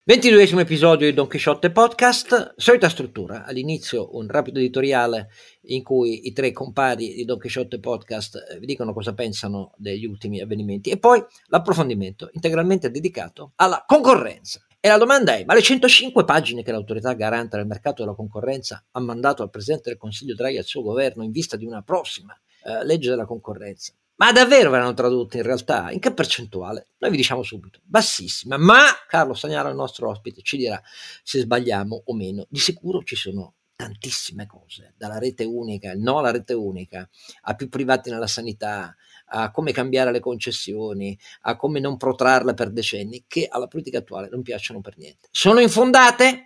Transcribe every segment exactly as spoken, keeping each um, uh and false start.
ventiduesimo episodio di Don Chisciotte Podcast, solita struttura, all'inizio un rapido editoriale in cui i tre compari di Don Chisciotte Podcast vi dicono cosa pensano degli ultimi avvenimenti e poi l'approfondimento integralmente dedicato alla concorrenza. E la domanda è, ma le centocinque pagine che l'autorità garante del mercato della concorrenza ha mandato al Presidente del Consiglio Draghi e al suo governo in vista di una prossima eh, legge della concorrenza, ma davvero verranno tradotte in realtà? In che percentuale? Noi vi diciamo subito, bassissima, ma Carlo Stagnaro, il nostro ospite, ci dirà se sbagliamo o meno. Di sicuro ci sono tantissime cose, dalla rete unica, il no alla rete unica, a più privati nella sanità, a come cambiare le concessioni, a come non protrarle per decenni, che alla politica attuale non piacciono per niente. Sono infondate?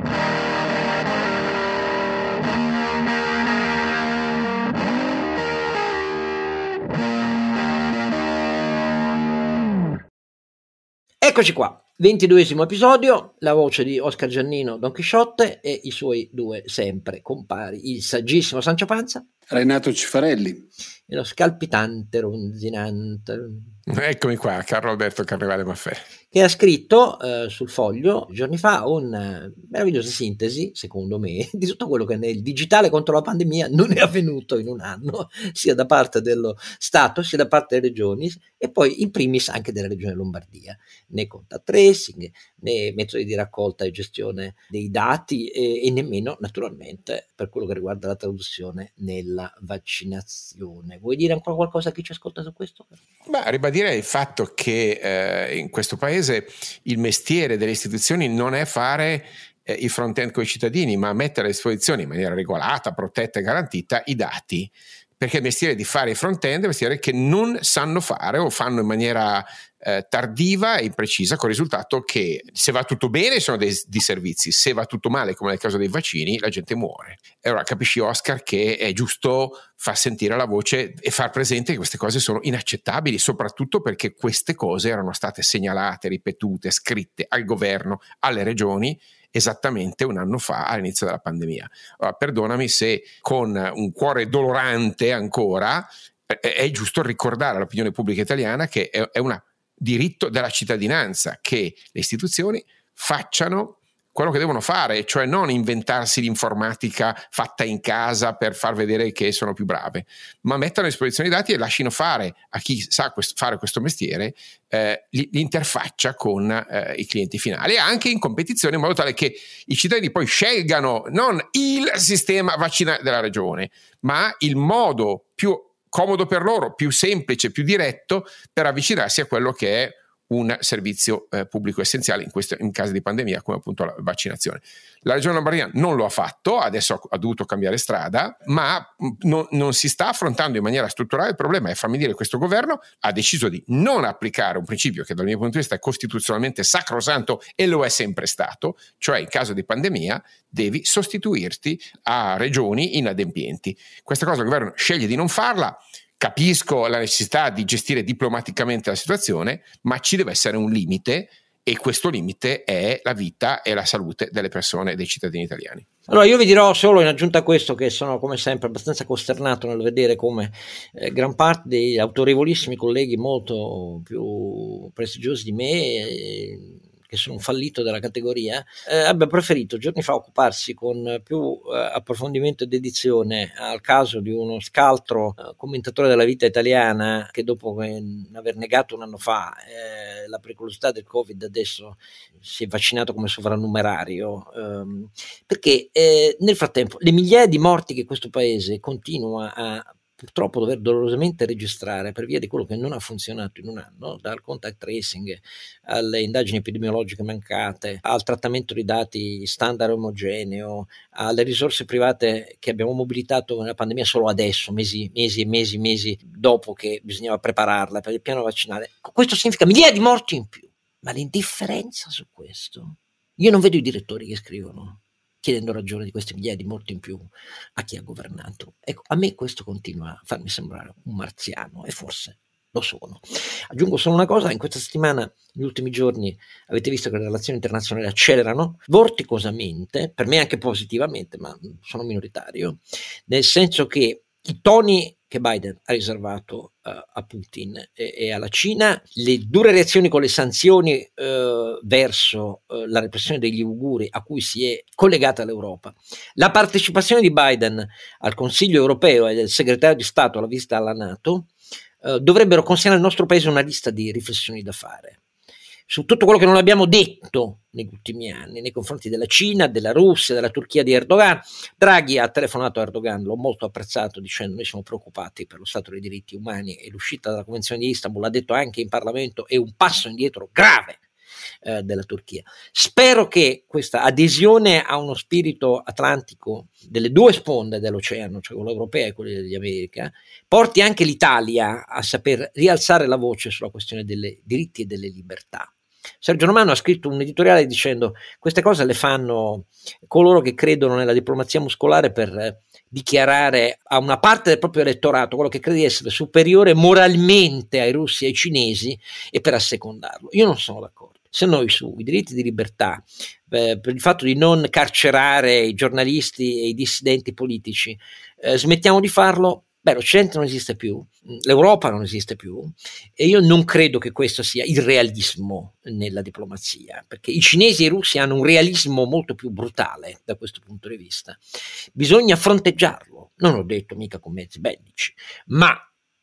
Eccoci qua, ventiduesimo episodio, la voce di Oscar Giannino Don Chisciotte e i suoi due sempre compari, il saggissimo Sancio Panza, Renato Cifarelli e lo scalpitante ronzinante. Eccomi qua, Carlo Alberto Carnevale Maffè, che ha scritto eh, sul Foglio giorni fa una meravigliosa sintesi, secondo me, di tutto quello che nel digitale contro la pandemia non è avvenuto in un anno, sia da parte dello Stato, sia da parte delle regioni, e poi in primis anche della regione Lombardia, né contact tracing, né metodi di raccolta e gestione dei dati e, e nemmeno, naturalmente, per quello che riguarda la traduzione nella vaccinazione. Vuoi dire ancora qualcosa a chi ci ascolta su questo? Beh, ribadire il fatto che eh, in questo paese il mestiere delle istituzioni non è fare eh, il front-end con i cittadini, ma mettere a disposizione in maniera regolata, protetta e garantita i dati. Perché il mestiere di fare il front-end è un mestiere che non sanno fare o fanno in maniera eh, tardiva e imprecisa, con il risultato che se va tutto bene sono dei disservizi, se va tutto male, come nel caso dei vaccini, la gente muore. E allora capisci, Oscar, che è giusto far sentire la voce e far presente che queste cose sono inaccettabili, soprattutto perché queste cose erano state segnalate, ripetute, scritte al governo, alle regioni, esattamente un anno fa all'inizio della pandemia. Allora, perdonami se con un cuore dolorante ancora è, è giusto ricordare all'opinione pubblica italiana che è, è un diritto della cittadinanza che le istituzioni facciano quello che devono fare, cioè non inventarsi l'informatica fatta in casa per far vedere che sono più brave, ma mettano a disposizione i dati e lasciano fare a chi sa quest- fare questo mestiere eh, l'interfaccia con eh, i clienti finali, anche in competizione, in modo tale che i cittadini poi scelgano non il sistema vaccinale della regione, ma il modo più comodo per loro, più semplice, più diretto per avvicinarsi a quello che è un servizio eh, pubblico essenziale in, questo, in caso di pandemia, come appunto la vaccinazione. La regione Lombardia non lo ha fatto, adesso ha, ha dovuto cambiare strada, ma no, non si sta affrontando in maniera strutturale il problema. E fammi dire, questo governo ha deciso di non applicare un principio che dal mio punto di vista è costituzionalmente sacrosanto e lo è sempre stato, cioè in caso di pandemia devi sostituirti a regioni inadempienti. Questa cosa il governo sceglie di non farla. Capisco la necessità di gestire diplomaticamente la situazione, ma ci deve essere un limite, e questo limite è la vita e la salute delle persone, dei cittadini italiani. Allora, io vi dirò solo in aggiunta a questo che sono come sempre abbastanza costernato nel vedere come eh, gran parte degli autorevolissimi colleghi molto più prestigiosi di me eh, che sono un fallito della categoria, eh, abbia preferito giorni fa occuparsi con più eh, approfondimento ed edizione al caso di uno scaltro eh, commentatore della vita italiana che dopo aver negato un anno fa eh, la pericolosità del Covid adesso si è vaccinato come sovrannumerario, ehm, perché eh, nel frattempo le migliaia di morti che questo paese continua a purtroppo dover dolorosamente registrare per via di quello che non ha funzionato in un anno, dal contact tracing alle indagini epidemiologiche mancate, al trattamento di dati standard omogeneo, alle risorse private che abbiamo mobilitato nella pandemia solo adesso, mesi, mesi e mesi, mesi dopo che bisognava prepararla per il piano vaccinale. Questo significa migliaia di morti in più, ma l'indifferenza su questo, io non vedo i direttori che scrivono chiedendo ragione di queste migliaia di morti in più a chi ha governato. Ecco, a me questo continua a farmi sembrare un marziano, e forse lo sono. Aggiungo solo una cosa: in questa settimana, negli ultimi giorni, avete visto che le relazioni internazionali accelerano vorticosamente, per me anche positivamente, ma sono minoritario, nel senso che i toni che Biden ha riservato a Putin e, e alla Cina, le dure reazioni con le sanzioni eh, verso eh, la repressione degli uiguri a cui si è collegata l'Europa, la partecipazione di Biden al Consiglio europeo e del segretario di Stato alla visita alla NATO eh, dovrebbero consegnare al nostro paese una lista di riflessioni da fare su tutto quello che non abbiamo detto negli ultimi anni nei confronti della Cina, della Russia, della Turchia di Erdogan. Draghi ha telefonato a Erdogan, l'ho molto apprezzato, dicendo: noi siamo preoccupati per lo stato dei diritti umani e l'uscita dalla Convenzione di Istanbul, l'ha detto anche in Parlamento, è un passo indietro grave eh, della Turchia. Spero che questa adesione a uno spirito atlantico delle due sponde dell'oceano, cioè quella europea e quella degli America, porti anche l'Italia a saper rialzare la voce sulla questione dei diritti e delle libertà. Sergio Romano ha scritto un editoriale dicendo: queste cose le fanno coloro che credono nella diplomazia muscolare per eh, dichiarare a una parte del proprio elettorato quello che crede di essere superiore moralmente ai russi e ai cinesi e per assecondarlo. Io non sono d'accordo. Se noi sui diritti di libertà, eh, per il fatto di non carcerare i giornalisti e i dissidenti politici, eh, smettiamo di farlo, beh, l'Occidente non esiste più, l'Europa non esiste più, e io non credo che questo sia il realismo nella diplomazia, perché i cinesi e i russi hanno un realismo molto più brutale da questo punto di vista. Bisogna fronteggiarlo, non ho detto mica con mezzi bellici, ma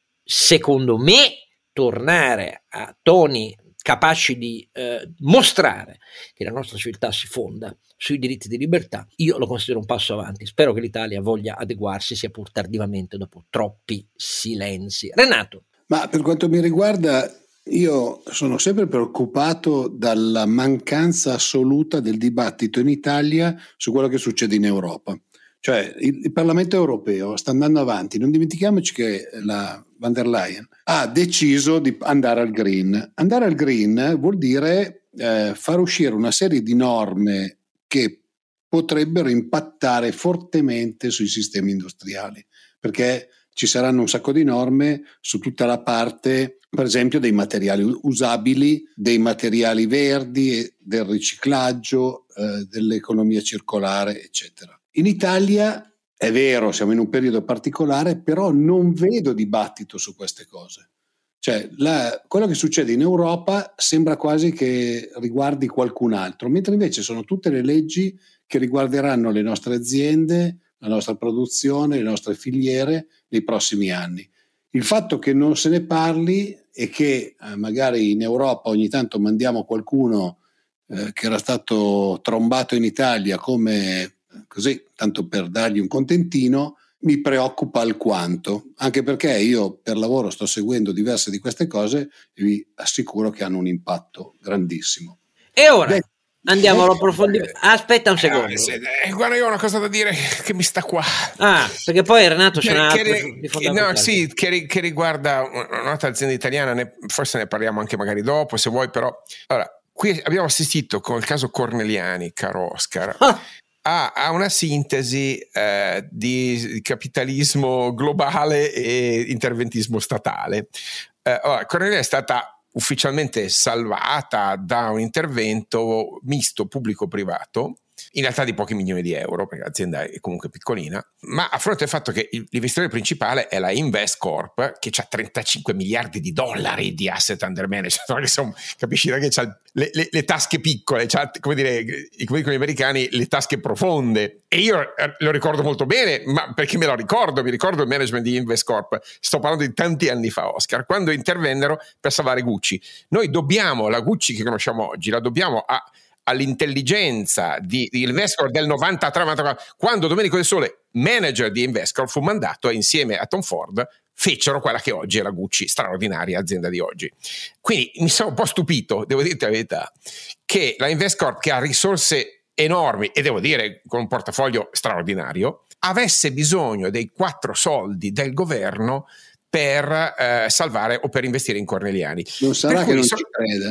secondo me tornare a toni capaci di eh, mostrare che la nostra civiltà si fonda sui diritti di libertà, io lo considero un passo avanti. Spero che l'Italia voglia adeguarsi, sia pur tardivamente, dopo troppi silenzi. Renato. Ma per quanto mi riguarda, io sono sempre preoccupato dalla mancanza assoluta del dibattito in Italia su quello che succede in Europa. Cioè il, il Parlamento europeo sta andando avanti, non dimentichiamoci che la van der Leyen ha deciso di andare al green. Andare al green vuol dire eh, far uscire una serie di norme che potrebbero impattare fortemente sui sistemi industriali, perché ci saranno un sacco di norme su tutta la parte, per esempio, dei materiali usabili, dei materiali verdi, del riciclaggio, eh, dell'economia circolare, eccetera. In Italia è vero, siamo in un periodo particolare, però non vedo dibattito su queste cose. Cioè, la, quello che succede in Europa sembra quasi che riguardi qualcun altro, mentre invece sono tutte le leggi che riguarderanno le nostre aziende, la nostra produzione, le nostre filiere nei prossimi anni. Il fatto che non se ne parli e che eh, magari in Europa ogni tanto mandiamo qualcuno eh, che era stato trombato in Italia come così, tanto per dargli un contentino, mi preoccupa alquanto, anche perché io per lavoro sto seguendo diverse di queste cose e vi assicuro che hanno un impatto grandissimo. E ora Beh, andiamo all'approfondimento. Aspetta un secondo. Eh, guarda, io ho una cosa da dire che mi sta qua. Ah, perché poi Renato ce n'ha che, altro di che, no, sì, che, che riguarda un'altra azienda italiana, ne, forse ne parliamo anche magari dopo, se vuoi, però. Allora, qui abbiamo assistito con il caso Corneliani, caro Oscar, ah. a, a una sintesi eh, di capitalismo globale e interventismo statale. Eh, allora, Corneliani è stata ufficialmente salvata da un intervento misto pubblico-privato, in realtà di pochi milioni di euro, perché l'azienda è comunque piccolina, ma a fronte del fatto che l'investitore principale è la Investcorp, che ha trentacinque miliardi di dollari di asset under management, insomma, capisci che c'ha le, le, le tasche piccole, c'ha, come dire, come dicono gli americani, le tasche profonde. E io lo ricordo molto bene, ma perché me lo ricordo, mi ricordo il management di Investcorp, sto parlando di tanti anni fa, Oscar, quando intervennero per salvare Gucci. Noi dobbiamo, la Gucci che conosciamo oggi, la dobbiamo a all'intelligenza di, di Investcorp del novantatré novantaquattro, quando Domenico De Sole, manager di Investcorp, fu mandato e insieme a Tom Ford fecero quella che oggi è la Gucci, straordinaria azienda di oggi. Quindi mi sono un po' stupito, devo dirti la verità, che la Investcorp, che ha risorse enormi e devo dire con un portafoglio straordinario, avesse bisogno dei quattro soldi del governo per eh, salvare o per investire in Corneliani. Non sarà che non so- ci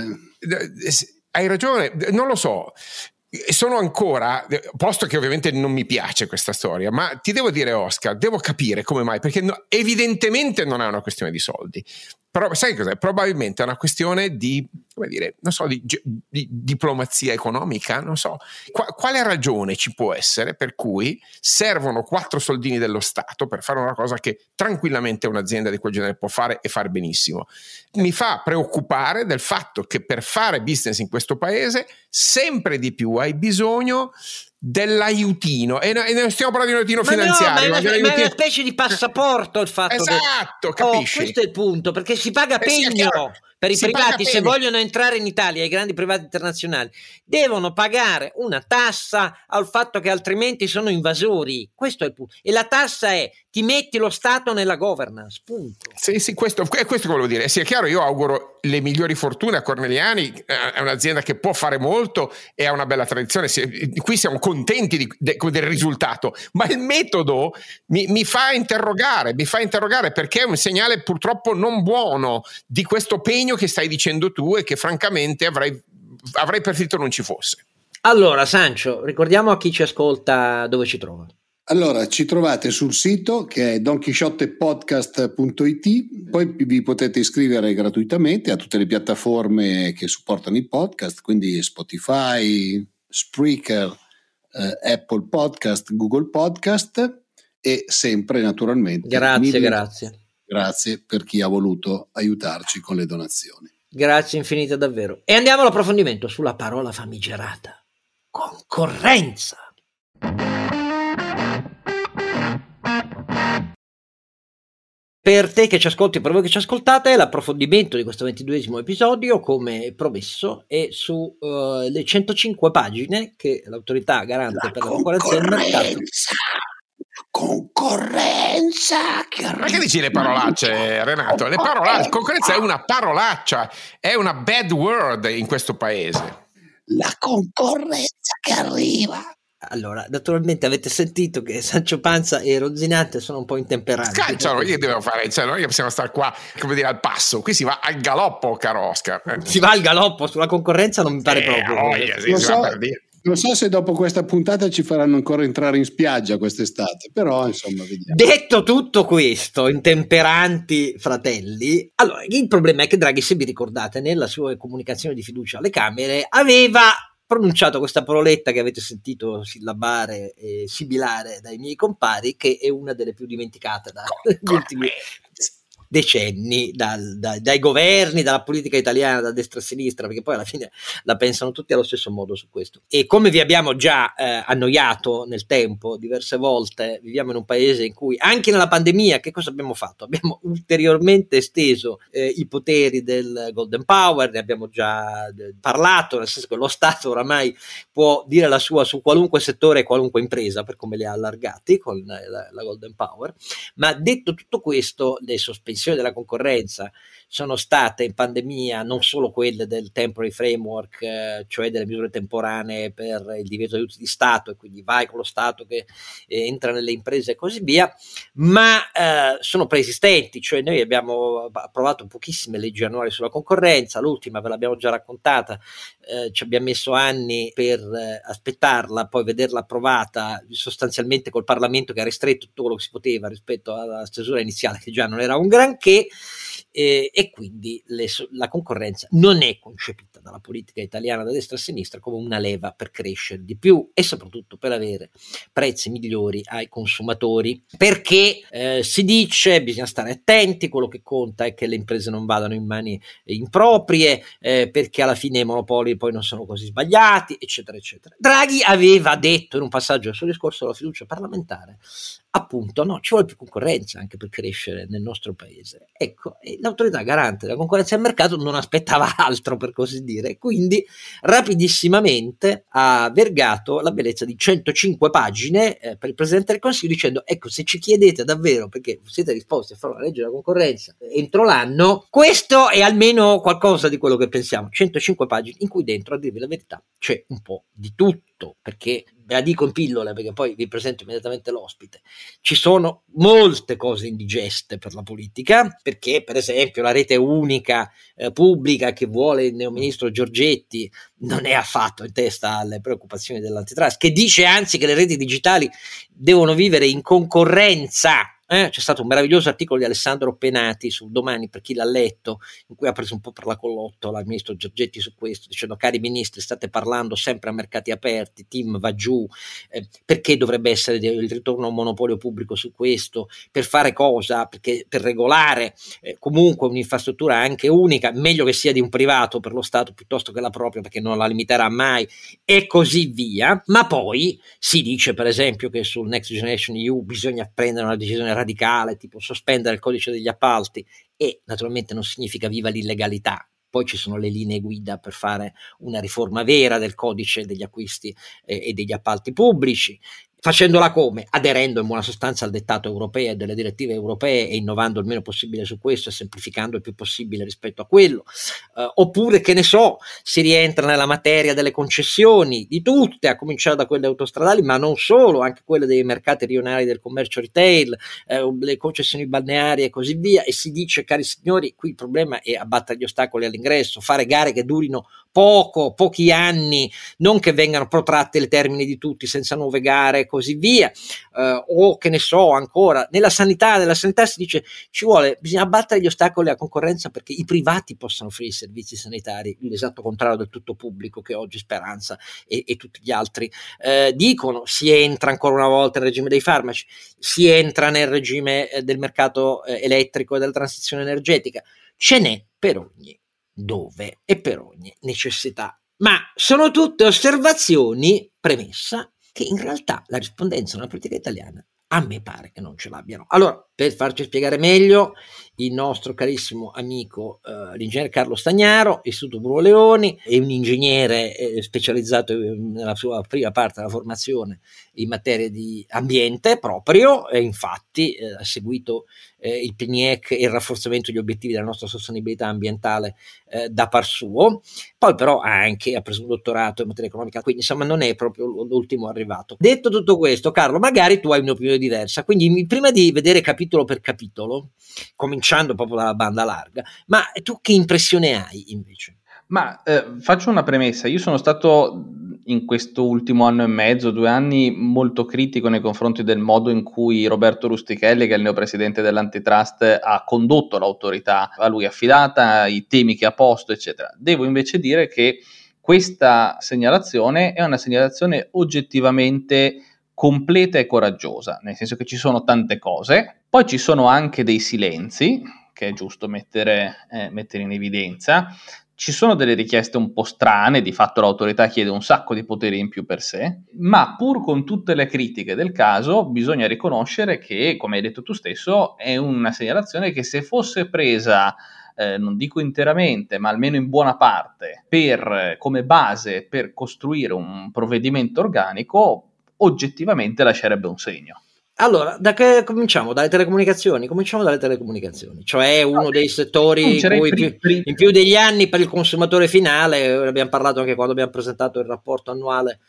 crede. Hai ragione, non lo so, sono ancora, posto che ovviamente non mi piace questa storia, ma ti devo dire, Oscar, devo capire come mai, perché no, evidentemente non è una questione di soldi, Però sai cos'è? Probabilmente è una questione di, come dire, non so, di, di diplomazia economica, non so. Qua, quale ragione ci può essere per cui servono quattro soldini dello Stato per fare una cosa che tranquillamente un'azienda di quel genere può fare e fare benissimo? Mi fa preoccupare del fatto che per fare business in questo paese sempre di più hai bisogno dell'aiutino, e non stiamo parlando di un aiutino ma finanziario, no, ma, ma, è una, ma ma è una specie di passaporto il fatto. Esatto, che, capisci? Oh, questo è il punto, perché si paga eh pegno sì, per i si privati se pegno. vogliono entrare in Italia, i grandi privati internazionali devono pagare una tassa al fatto che altrimenti sono invasori. Questo è il punto, e la tassa è: ti metti lo Stato nella governance, punto. Sì, sì, questo, questo che volevo dire. Sì, è chiaro, io auguro le migliori fortune a Corneliani, è un'azienda che può fare molto e ha una bella tradizione, qui siamo contenti di, de, del risultato, ma il metodo mi, mi fa interrogare, mi fa interrogare perché è un segnale purtroppo non buono di questo pegno che stai dicendo tu e che francamente avrei, avrei preferito non ci fosse. Allora, Sancio, ricordiamo a chi ci ascolta dove ci trova. Allora, ci trovate sul sito che è don chisciotte podcast punto it, poi vi potete iscrivere gratuitamente a tutte le piattaforme che supportano i podcast, quindi Spotify, Spreaker, eh, Apple Podcast, Google Podcast, e sempre naturalmente grazie, mille grazie. Grazie per chi ha voluto aiutarci con le donazioni. Grazie infinite davvero. E andiamo all'approfondimento sulla parola famigerata: concorrenza. Per te che ci ascolti, per voi che ci ascoltate, l'approfondimento di questo ventiduesimo episodio, come promesso, è su uh, le centocinque pagine che l'autorità garante la per la concorrenza del mercato. Concorrenza! Che Ma che dici le parolacce, Renato? Le parolacce, concorrenza è una parolaccia, è una bad word in questo paese. La concorrenza che arriva. Allora, naturalmente avete sentito che Sancio Panza e Rozinante sono un po' intemperanti. Scacciano, che devo fare? Cioè, noi possiamo stare qua, come dire, al passo. Qui si va al galoppo, caro Oscar. Si va al galoppo, sulla concorrenza non mi pare eh, proprio. Voglia, sì, non, si so, va per dire. non so se dopo questa puntata ci faranno ancora entrare in spiaggia quest'estate, però insomma vediamo. Detto tutto questo, intemperanti fratelli, allora il problema è che Draghi, se vi ricordate, nella sua comunicazione di fiducia alle Camere aveva pronunciato questa paroletta che avete sentito sillabare e sibilare dai miei compari, che è una delle più dimenticate dagli ultimi decenni, dal, dai, dai governi, dalla politica italiana, da destra a sinistra, perché poi alla fine la pensano tutti allo stesso modo su questo. E come vi abbiamo già eh, annoiato nel tempo diverse volte, viviamo in un paese in cui anche nella pandemia che cosa abbiamo fatto? Abbiamo ulteriormente esteso eh, i poteri del Golden Power, ne abbiamo già eh, parlato, nel senso che lo Stato oramai può dire la sua su qualunque settore e qualunque impresa, per come li ha allargati con la, la Golden Power. Ma detto tutto questo, le sospensioni della concorrenza sono state in pandemia non solo quelle del temporary framework, eh, cioè delle misure temporanee per il divieto di aiuti di Stato, e quindi vai con lo Stato che eh, entra nelle imprese e così via, ma eh, sono preesistenti, cioè noi abbiamo approvato pochissime leggi annuali sulla concorrenza, l'ultima ve l'abbiamo già raccontata, eh, ci abbiamo messo anni per eh, aspettarla, poi vederla approvata sostanzialmente col Parlamento che ha ristretto tutto quello che si poteva rispetto alla stesura iniziale, che già non era un granché. Eh, e quindi le, la concorrenza non è concepita dalla politica italiana da destra a sinistra come una leva per crescere di più e soprattutto per avere prezzi migliori ai consumatori, perché eh, si dice bisogna stare attenti, quello che conta è che le imprese non vadano in mani improprie, eh, perché alla fine i monopoli poi non sono così sbagliati, eccetera eccetera. Draghi aveva detto in un passaggio del suo discorso della fiducia parlamentare, appunto, no, ci vuole più concorrenza anche per crescere nel nostro paese. Ecco, e l'autorità garante della concorrenza del mercato non aspettava altro, per così dire, quindi rapidissimamente ha vergato la bellezza di centocinque pagine eh, per il Presidente del Consiglio, dicendo: ecco, se ci chiedete davvero perché siete disposti a fare una legge della concorrenza entro l'anno, questo è almeno qualcosa di quello che pensiamo. centocinque pagine in cui dentro, a dirvi la verità, c'è un po' di tutto, perché ve la dico in pillole perché poi vi presento immediatamente l'ospite. Ci sono molte cose indigeste per la politica, perché per esempio la rete unica eh, pubblica che vuole il neoministro Giorgetti non è affatto in testa alle preoccupazioni dell'antitrust, che dice anzi che le reti digitali devono vivere in concorrenza Eh? C'è stato un meraviglioso articolo di Alessandro Penati sul Domani, per chi l'ha letto, in cui ha preso un po' per la collottola il ministro Giorgetti su questo, dicendo: cari ministri, state parlando sempre a mercati aperti, Tim va giù, eh, perché dovrebbe essere il ritorno a un monopolio pubblico su questo? Per fare cosa? Perché per regolare eh, comunque un'infrastruttura anche unica, meglio che sia di un privato per lo Stato piuttosto che la propria, perché non la limiterà mai, e così via. Ma poi si dice per esempio che sul Next Generation E U bisogna prendere una decisione radicale, tipo sospendere il codice degli appalti, e naturalmente non significa viva l'illegalità. Poi ci sono le linee guida per fare una riforma vera del codice degli acquisti eh, e degli appalti pubblici. Facendola come? Aderendo in buona sostanza al dettato europeo e delle direttive europee e innovando il meno possibile su questo e semplificando il più possibile rispetto a quello. Uh, oppure, che ne so, si rientra nella materia delle concessioni, di tutte, a cominciare da quelle autostradali, ma non solo, anche quelle dei mercati rionali del commercio retail, eh, le concessioni balneari e così via, e si dice: cari signori, qui il problema è abbattere gli ostacoli all'ingresso, fare gare che durino poco, pochi anni, non che vengano protratte le termini di tutti senza nuove gare, così via. Uh, o che ne so, ancora nella sanità, nella sanità si dice ci vuole, bisogna abbattere gli ostacoli alla concorrenza perché i privati possano offrire i servizi sanitari, l'esatto contrario del tutto pubblico che oggi Speranza e, e tutti gli altri uh, dicono. Si entra ancora una volta nel regime dei farmaci, si entra nel regime eh, del mercato eh, elettrico e della transizione energetica. Ce n'è per ogni dove e per ogni necessità. Ma sono tutte osservazioni, premessa, che in realtà la rispondenza alla politica italiana a me pare che non ce l'abbiano. Allora, per farci spiegare meglio, il nostro carissimo amico eh, l'ingegnere Carlo Stagnaro, Istituto Bruno Leoni, è un ingegnere eh, specializzato nella sua prima parte della formazione in materia di ambiente proprio, e infatti eh, ha seguito eh, il P N I E C e il rafforzamento degli obiettivi della nostra sostenibilità ambientale eh, da par suo. Poi però anche ha preso un dottorato in materia economica, quindi insomma non è proprio l'ultimo arrivato. Detto tutto questo, Carlo, magari tu hai un'opinione diversa, quindi prima di vedere capitolo per capitolo, cominciando proprio dalla banda larga, ma tu che impressione hai invece? Ma eh, faccio una premessa: io sono stato in questo ultimo anno e mezzo, due anni, molto critico nei confronti del modo in cui Roberto Rustichelli, che è il neopresidente dell'Antitrust, ha condotto l'autorità a lui affidata, i temi che ha posto, eccetera. Devo invece dire che questa segnalazione è una segnalazione oggettivamente completa e coraggiosa, nel senso che ci sono tante cose, poi ci sono anche dei silenzi, che è giusto mettere, eh, mettere in evidenza. Ci sono delle richieste un po' strane, di fatto l'autorità chiede un sacco di poteri in più per sé, ma pur con tutte le critiche del caso bisogna riconoscere che, come hai detto tu stesso, è una segnalazione che, se fosse presa, eh, non dico interamente, ma almeno in buona parte, per, come base per costruire un provvedimento organico, oggettivamente lascerebbe un segno. Allora, da che cominciamo? Dalle telecomunicazioni? Cominciamo dalle telecomunicazioni, cioè uno dei settori in cui più, in più degli anni per il consumatore finale, abbiamo parlato anche quando abbiamo presentato il rapporto annuale.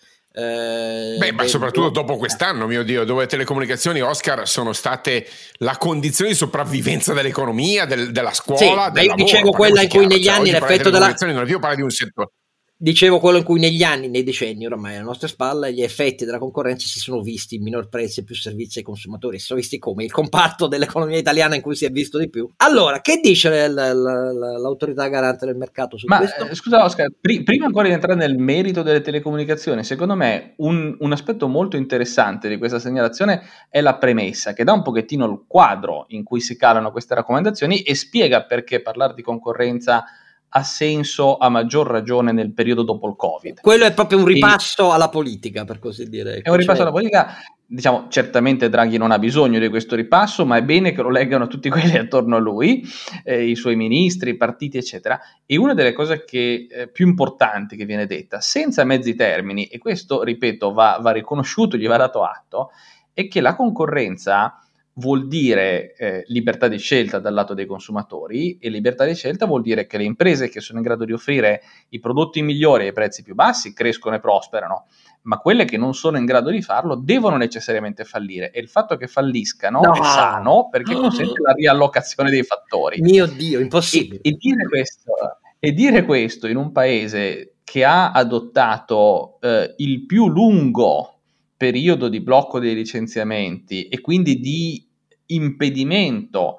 Eh, Beh, ma soprattutto dopo quest'anno, mio Dio, dove le telecomunicazioni, Oscar, sono state la condizione di sopravvivenza dell'economia, del, della scuola, sì, del ma io lavoro. dicevo quella in cui negli cioè, anni l'effetto della... Non è più parlare di un settore. Dicevo quello in cui negli anni, nei decenni ormai alle nostre spalle, gli effetti della concorrenza si sono visti in minor prezzi e più servizi ai consumatori, si sono visti come il comparto dell'economia italiana in cui si è visto di più. Allora, che dice l- l- l- l'autorità garante del mercato su Ma, questo? Eh, scusa Oscar, pr- prima ancora di entrare nel merito delle telecomunicazioni, secondo me un, un aspetto molto interessante di questa segnalazione è la premessa, che dà un pochettino il quadro in cui si calano queste raccomandazioni e spiega perché parlare di concorrenza ha senso a maggior ragione nel periodo dopo il Covid. Quello è proprio un ripasso e alla politica, per così dire. È un ripasso cioè... alla politica, diciamo, certamente Draghi non ha bisogno di questo ripasso, ma è bene che lo leggano tutti quelli attorno a lui, eh, i suoi ministri, i partiti, eccetera. E una delle cose che, eh, più importanti che viene detta, senza mezzi termini, e questo, ripeto, va, va riconosciuto, gli va dato atto, è che la concorrenza vuol dire eh, libertà di scelta dal lato dei consumatori, e libertà di scelta vuol dire che le imprese che sono in grado di offrire i prodotti migliori ai prezzi più bassi crescono e prosperano, ma quelle che non sono in grado di farlo devono necessariamente fallire, e il fatto che falliscano no. è sano perché consente la riallocazione dei fattori. Mio Dio, impossibile. E, e, dire questo, e dire questo in un paese che ha adottato eh, il più lungo periodo di blocco dei licenziamenti e quindi di impedimento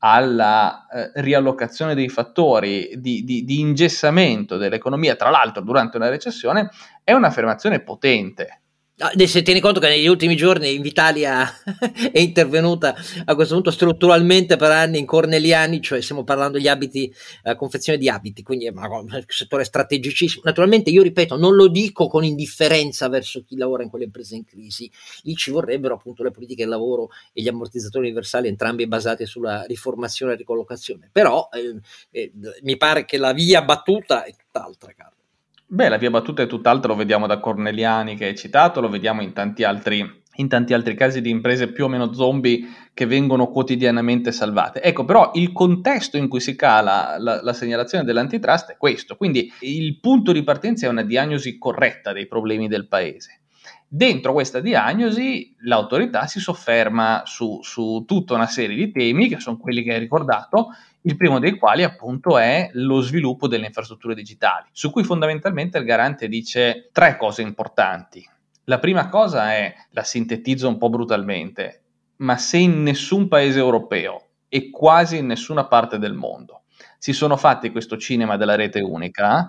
alla eh, riallocazione dei fattori di, di, di ingessamento dell'economia, tra l'altro durante una recessione, è un'affermazione potente. Se tieni conto che negli ultimi giorni Invitalia è intervenuta a questo punto strutturalmente per anni in Corneliani, cioè stiamo parlando di abiti, eh, confezione di abiti, quindi è un settore strategicissimo. Naturalmente io ripeto, non lo dico con indifferenza verso chi lavora in quelle imprese in crisi, lì ci vorrebbero appunto le politiche del lavoro e gli ammortizzatori universali, entrambi basati sulla riformazione e ricollocazione, però eh, eh, mi pare che la via battuta è tutt'altra, Carlo. Beh, la via battuta è tutt'altro, lo vediamo da Corneliani che hai citato, lo vediamo in tanti altri, in tanti altri casi di imprese più o meno zombie che vengono quotidianamente salvate. Ecco, però il contesto in cui si cala la, la segnalazione dell'antitrust è questo, quindi il punto di partenza è una diagnosi corretta dei problemi del paese. Dentro questa diagnosi l'autorità si sofferma su, su tutta una serie di temi, che sono quelli che hai ricordato, il primo dei quali appunto è lo sviluppo delle infrastrutture digitali, su cui fondamentalmente il garante dice tre cose importanti. La prima cosa è, la sintetizzo un po' brutalmente, ma se in nessun paese europeo e quasi in nessuna parte del mondo si sono fatti questo cinema della rete unica,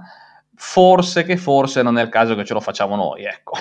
forse che forse non è il caso che ce lo facciamo noi, ecco.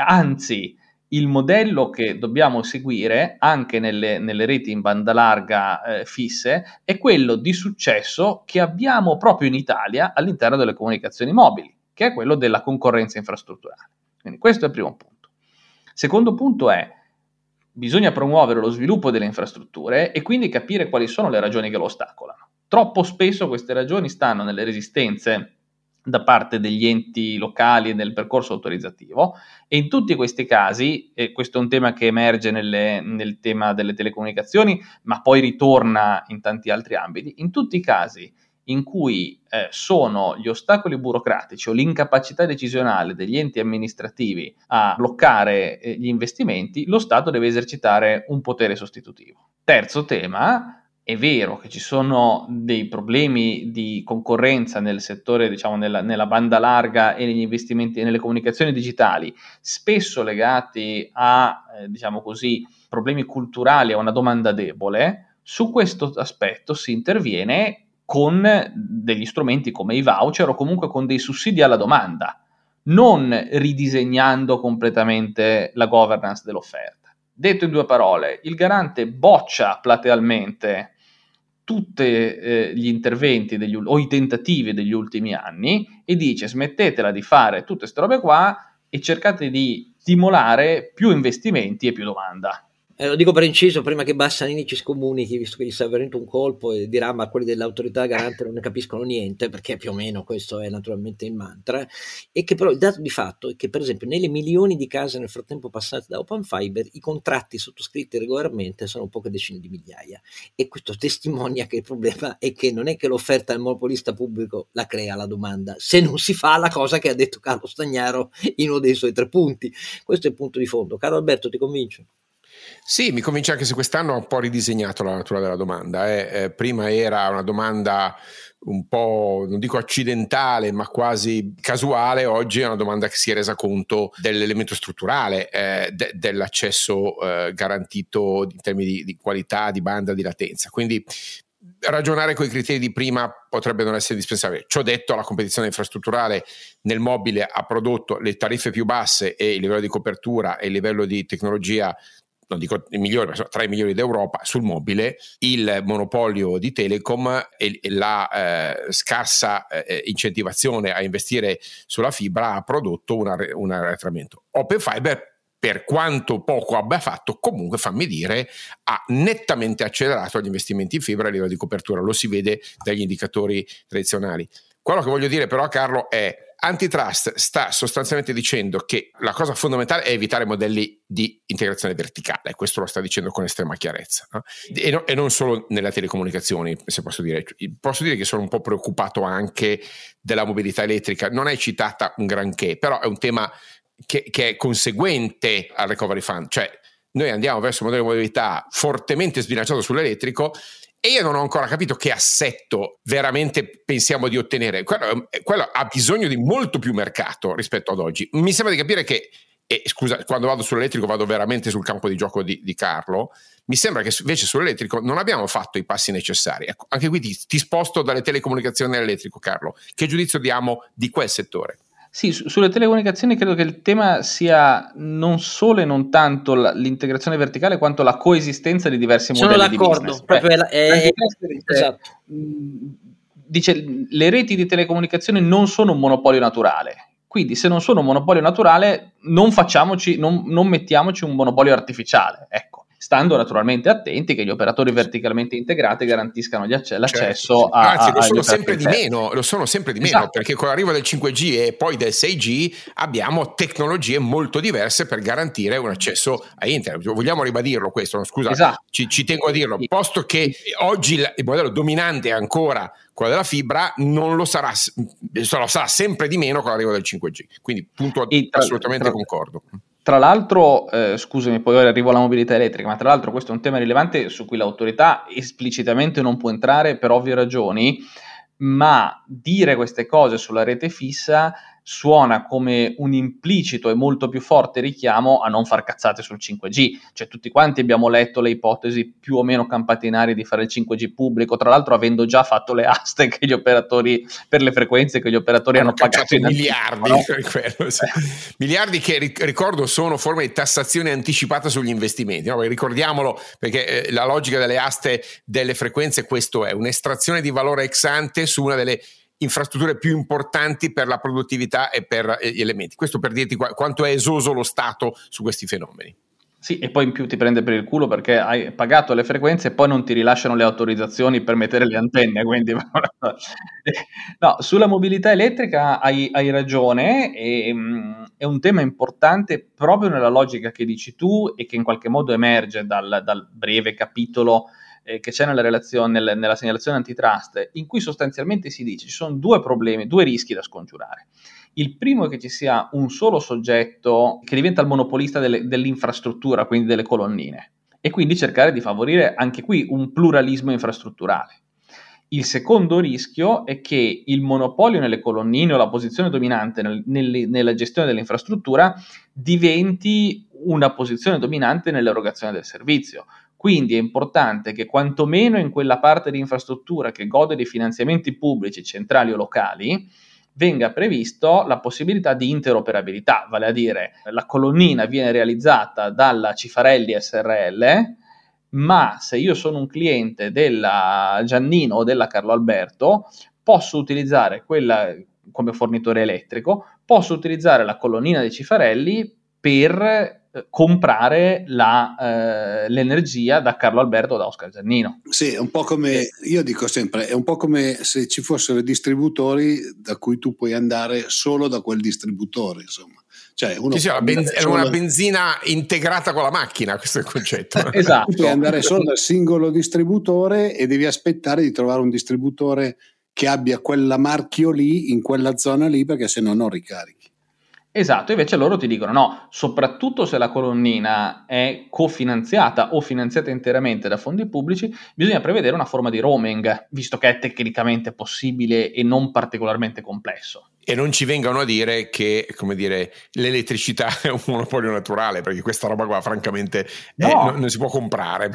Anzi, il modello che dobbiamo seguire anche nelle, nelle reti in banda larga eh, fisse è quello di successo che abbiamo proprio in Italia all'interno delle comunicazioni mobili, che è quello della concorrenza infrastrutturale. Quindi questo è il primo punto. Secondo punto è, bisogna promuovere lo sviluppo delle infrastrutture e quindi capire quali sono le ragioni che lo ostacolano. Troppo spesso queste ragioni stanno nelle resistenze da parte degli enti locali e nel percorso autorizzativo, e in tutti questi casi, e questo è un tema che emerge nelle, nel tema delle telecomunicazioni, ma poi ritorna in tanti altri ambiti, in tutti i casi in cui eh, sono gli ostacoli burocratici o l'incapacità decisionale degli enti amministrativi a bloccare eh, gli investimenti, lo Stato deve esercitare un potere sostitutivo. Terzo tema: è vero che ci sono dei problemi di concorrenza nel settore, diciamo, nella, nella banda larga e negli investimenti e nelle comunicazioni digitali, spesso legati a, eh, diciamo così, problemi culturali, a una domanda debole. Su questo aspetto si interviene con degli strumenti come i voucher o comunque con dei sussidi alla domanda, non ridisegnando completamente la governance dell'offerta. Detto in due parole, il garante boccia platealmente tutti eh, gli interventi degli, o i tentativi degli ultimi anni e dice: smettetela di fare tutte queste robe qua e cercate di stimolare più investimenti e più domanda. Eh, lo dico per inciso, prima che Bassanini ci scomunichi, visto che gli sta venuto un colpo e dirà ma quelli dell'autorità garante non ne capiscono niente, perché più o meno questo è naturalmente il mantra, e che però il dato di fatto è che per esempio nelle milioni di case nel frattempo passate da Open Fiber i contratti sottoscritti regolarmente sono poche decine di migliaia, e questo testimonia che il problema è che non è che l'offerta del monopolista pubblico la crea la domanda, se non si fa la cosa che ha detto Carlo Stagnaro in uno dei suoi tre punti. Questo è il punto di fondo. Carlo Alberto, ti convince? Sì, mi convince anche se quest'anno ha un po' ridisegnato la natura della domanda. Eh. Eh, prima era una domanda un po', non dico accidentale, ma quasi casuale. Oggi è una domanda che si è resa conto dell'elemento strutturale, eh, de- dell'accesso eh, garantito in termini di, di qualità, di banda, di latenza. Quindi ragionare con i criteri di prima potrebbe non essere indispensabile. Ciò detto, la competizione infrastrutturale nel mobile ha prodotto le tariffe più basse e il livello di copertura e il livello di tecnologia, non dico i migliori, ma tra i migliori d'Europa sul mobile. Il monopolio di Telecom e la eh, scarsa eh, incentivazione a investire sulla fibra ha prodotto una, un arretramento. Open Fiber, per quanto poco abbia fatto, comunque fammi dire, ha nettamente accelerato gli investimenti in fibra a livello di copertura, lo si vede dagli indicatori tradizionali. Quello che voglio dire però, Carlo, è Antitrust sta sostanzialmente dicendo che la cosa fondamentale è evitare modelli di integrazione verticale, questo lo sta dicendo con estrema chiarezza, no? E, no, e non solo nelle telecomunicazioni, se posso dire. Posso dire che sono un po' preoccupato anche della mobilità elettrica. Non hai citata un granché, però è un tema che, che è conseguente al Recovery Fund, cioè noi andiamo verso un modello di mobilità fortemente sbilanciato sull'elettrico e io non ho ancora capito che assetto veramente pensiamo di ottenere. Quello, quello ha bisogno di molto più mercato rispetto ad oggi. Mi sembra di capire che e scusa, quando vado sull'elettrico vado veramente sul campo di gioco di, di Carlo, mi sembra che invece sull'elettrico non abbiamo fatto i passi necessari. Ecco, anche qui ti, ti sposto dalle telecomunicazioni all'elettrico, Carlo. Che giudizio diamo di quel settore? Sì, su, sulle telecomunicazioni credo che il tema sia non solo e non tanto la, l'integrazione verticale quanto la coesistenza di diversi Sono modelli di d'accordo, business. proprio Beh, è, è, dice, esatto. dice le reti di telecomunicazione non sono un monopolio naturale, quindi se non sono un monopolio naturale non facciamoci, non, non mettiamoci un monopolio artificiale, ecco. Stando naturalmente attenti che gli operatori verticalmente integrati garantiscano gli acce- l'accesso certo. a, Anzi, a, lo sono sempre di meno, lo sono sempre di esatto. meno, perché con l'arrivo del cinque G e poi del sei G abbiamo tecnologie molto diverse per garantire un accesso a internet. Vogliamo ribadirlo questo, scusa, esatto. ci, ci tengo a dirlo, posto che oggi il modello dominante è ancora quello della fibra, non lo sarà, lo sarà sempre di meno con l'arrivo del cinque G. Quindi punto tra, assolutamente tra, concordo. Tra l'altro, eh, scusami, poi ora arrivo alla mobilità elettrica, ma tra l'altro questo è un tema rilevante su cui l'autorità esplicitamente non può entrare per ovvie ragioni, ma dire queste cose sulla rete fissa suona come un implicito e molto più forte richiamo a non far cazzate sul cinque G. Cioè tutti quanti abbiamo letto le ipotesi più o meno campate in aria di fare il cinque G pubblico, tra l'altro avendo già fatto le aste che gli operatori per le frequenze che gli operatori hanno, hanno pagato in miliardi, anticipo, no? per quello, sì. miliardi che ricordo sono forme di tassazione anticipata sugli investimenti, no? Ricordiamolo, perché eh, la logica delle aste delle frequenze questo è un'estrazione di valore ex ante su una delle infrastrutture più importanti per la produttività e per gli elementi. Questo per dirti qu- quanto è esoso lo Stato su questi fenomeni. Sì, e poi in più ti prende per il culo perché hai pagato le frequenze e poi non ti rilasciano le autorizzazioni per mettere le antenne, quindi no, sulla mobilità elettrica hai, hai ragione, e, um, è un tema importante proprio nella logica che dici tu e che in qualche modo emerge dal, dal breve capitolo eh, che c'è nella, relazione, nel, nella segnalazione antitrust, in cui sostanzialmente si dice ci sono due problemi, due rischi da scongiurare. Il primo è che ci sia un solo soggetto che diventa il monopolista delle, dell'infrastruttura, quindi delle colonnine, e quindi cercare di favorire anche qui un pluralismo infrastrutturale. Il secondo rischio è che il monopolio nelle colonnine o la posizione dominante nel, nel, nella gestione dell'infrastruttura diventi una posizione dominante nell'erogazione del servizio. Quindi è importante che quantomeno in quella parte di infrastruttura che gode di finanziamenti pubblici centrali o locali venga previsto la possibilità di interoperabilità, vale a dire la colonnina viene realizzata dalla Cifarelli S R L, ma se io sono un cliente della Giannino o della Carlo Alberto, posso utilizzare quella come fornitore elettrico, posso utilizzare la colonnina dei Cifarelli per eh, comprare la, eh, l'energia da Carlo Alberto o da Oscar Giannino. Sì, è un po' come, io dico sempre, è un po' come se ci fossero distributori da cui tu puoi andare solo da quel distributore, insomma. Cioè uno sì, sì, benz- è solo... una benzina integrata con la macchina, questo è il concetto. Esatto. Tu puoi andare solo dal singolo distributore e devi aspettare di trovare un distributore che abbia quella marchio lì, in quella zona lì, perché se no non ricarichi. Esatto, invece loro ti dicono no, soprattutto se la colonnina è cofinanziata o finanziata interamente da fondi pubblici, bisogna prevedere una forma di roaming, visto che è tecnicamente possibile e non particolarmente complesso. E non ci vengano a dire che, come dire, l'elettricità è un monopolio naturale, perché questa roba qua francamente no. è, non, non si può comprare.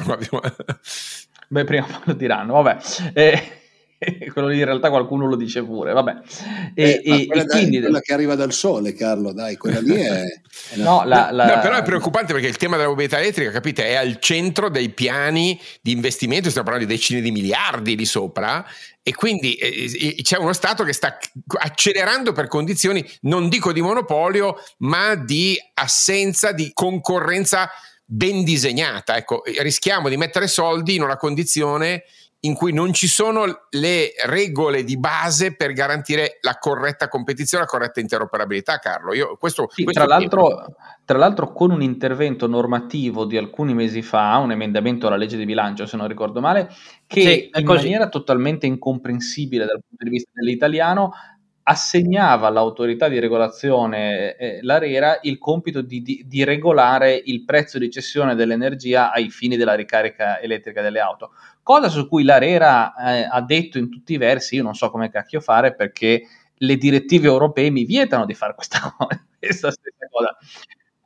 Beh, prima lo diranno, vabbè. Eh, quello lì in realtà qualcuno lo dice pure, vabbè. E, eh, e, quella, e quindi... quella che arriva dal sole, Carlo, dai, quella lì è... è una... no, la, la... no, però è preoccupante perché il tema della mobilità elettrica, capite, è al centro dei piani di investimento, stiamo parlando di decine di miliardi lì sopra, e quindi eh, c'è uno Stato che sta accelerando per condizioni, non dico di monopolio, ma di assenza di concorrenza ben disegnata. Ecco, rischiamo di mettere soldi in una condizione in cui non ci sono le regole di base per garantire la corretta competizione, la corretta interoperabilità, Carlo. Io, questo, sì, questo tra, l'altro, tra l'altro con un intervento normativo di alcuni mesi fa, un emendamento alla legge di bilancio, se non ricordo male, che sì, in così. maniera totalmente incomprensibile dal punto di vista dell'italiano assegnava all'autorità di regolazione, eh, l'ARERA, il compito di, di, di regolare il prezzo di cessione dell'energia ai fini della ricarica elettrica delle auto. Cosa su cui l'ARERA eh, ha detto in tutti i versi, io non so come cacchio fare perché le direttive europee mi vietano di fare questa, questa stessa cosa.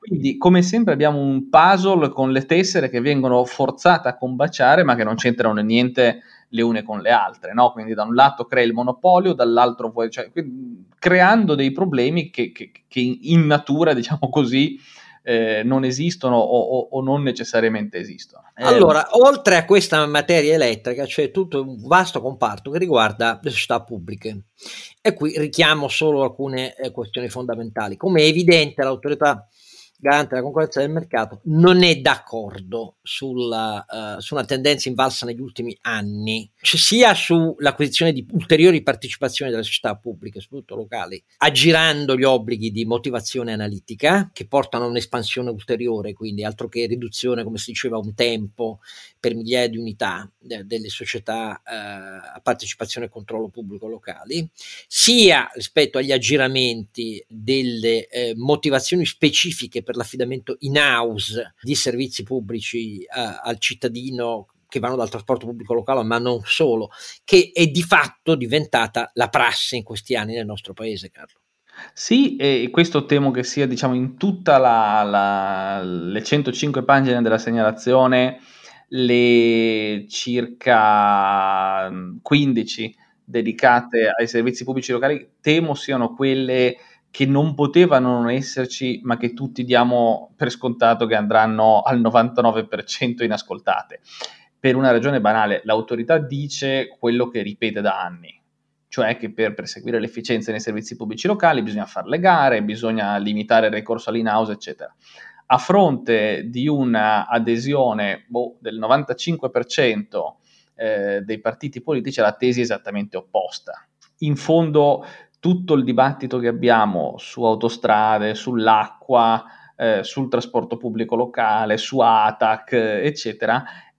Quindi, come sempre, abbiamo un puzzle con le tessere che vengono forzate a combaciare, ma che non c'entrano niente le une con le altre, no? Quindi da un lato crei il monopolio, dall'altro vuoi, cioè, creando dei problemi che, che, che in natura, diciamo così, eh, non esistono o, o, o non necessariamente esistono. Allora, eh, oltre a questa materia elettrica c'è tutto un vasto comparto che riguarda le società pubbliche, e qui richiamo solo alcune eh, questioni fondamentali. Come è evidente, l'autorità garante della concorrenza del mercato non è d'accordo sulla, uh, su una tendenza invalsa negli ultimi anni, cioè sia sull'acquisizione di ulteriori partecipazioni delle società pubbliche, soprattutto locali, aggirando gli obblighi di motivazione analitica che portano a un'espansione ulteriore, quindi altro che riduzione, come si diceva un tempo, per migliaia di unità de- delle società uh, a partecipazione e controllo pubblico locali, sia rispetto agli aggiramenti delle eh, motivazioni specifiche per l'affidamento in-house di servizi pubblici eh, al cittadino, che vanno dal trasporto pubblico locale, ma non solo, che è di fatto diventata la prassi in questi anni nel nostro paese, Carlo. Sì, e questo temo che sia, diciamo, in tutta la, la, le centocinque pagine della segnalazione, le circa quindici dedicate ai servizi pubblici locali, temo siano quelle che non potevano non esserci, ma che tutti diamo per scontato che andranno al novantanove per cento inascoltate. Per una ragione banale: l'autorità dice quello che ripete da anni, cioè che per perseguire l'efficienza nei servizi pubblici locali bisogna fare le gare, bisogna limitare il ricorso all'in-house, eccetera. A fronte di una adesione boh, del novantacinque per cento eh, dei partiti politici, la tesi è esattamente opposta. In fondo, tutto il dibattito che abbiamo su autostrade, sull'acqua, eh, sul trasporto pubblico locale, su A T A C, eccetera,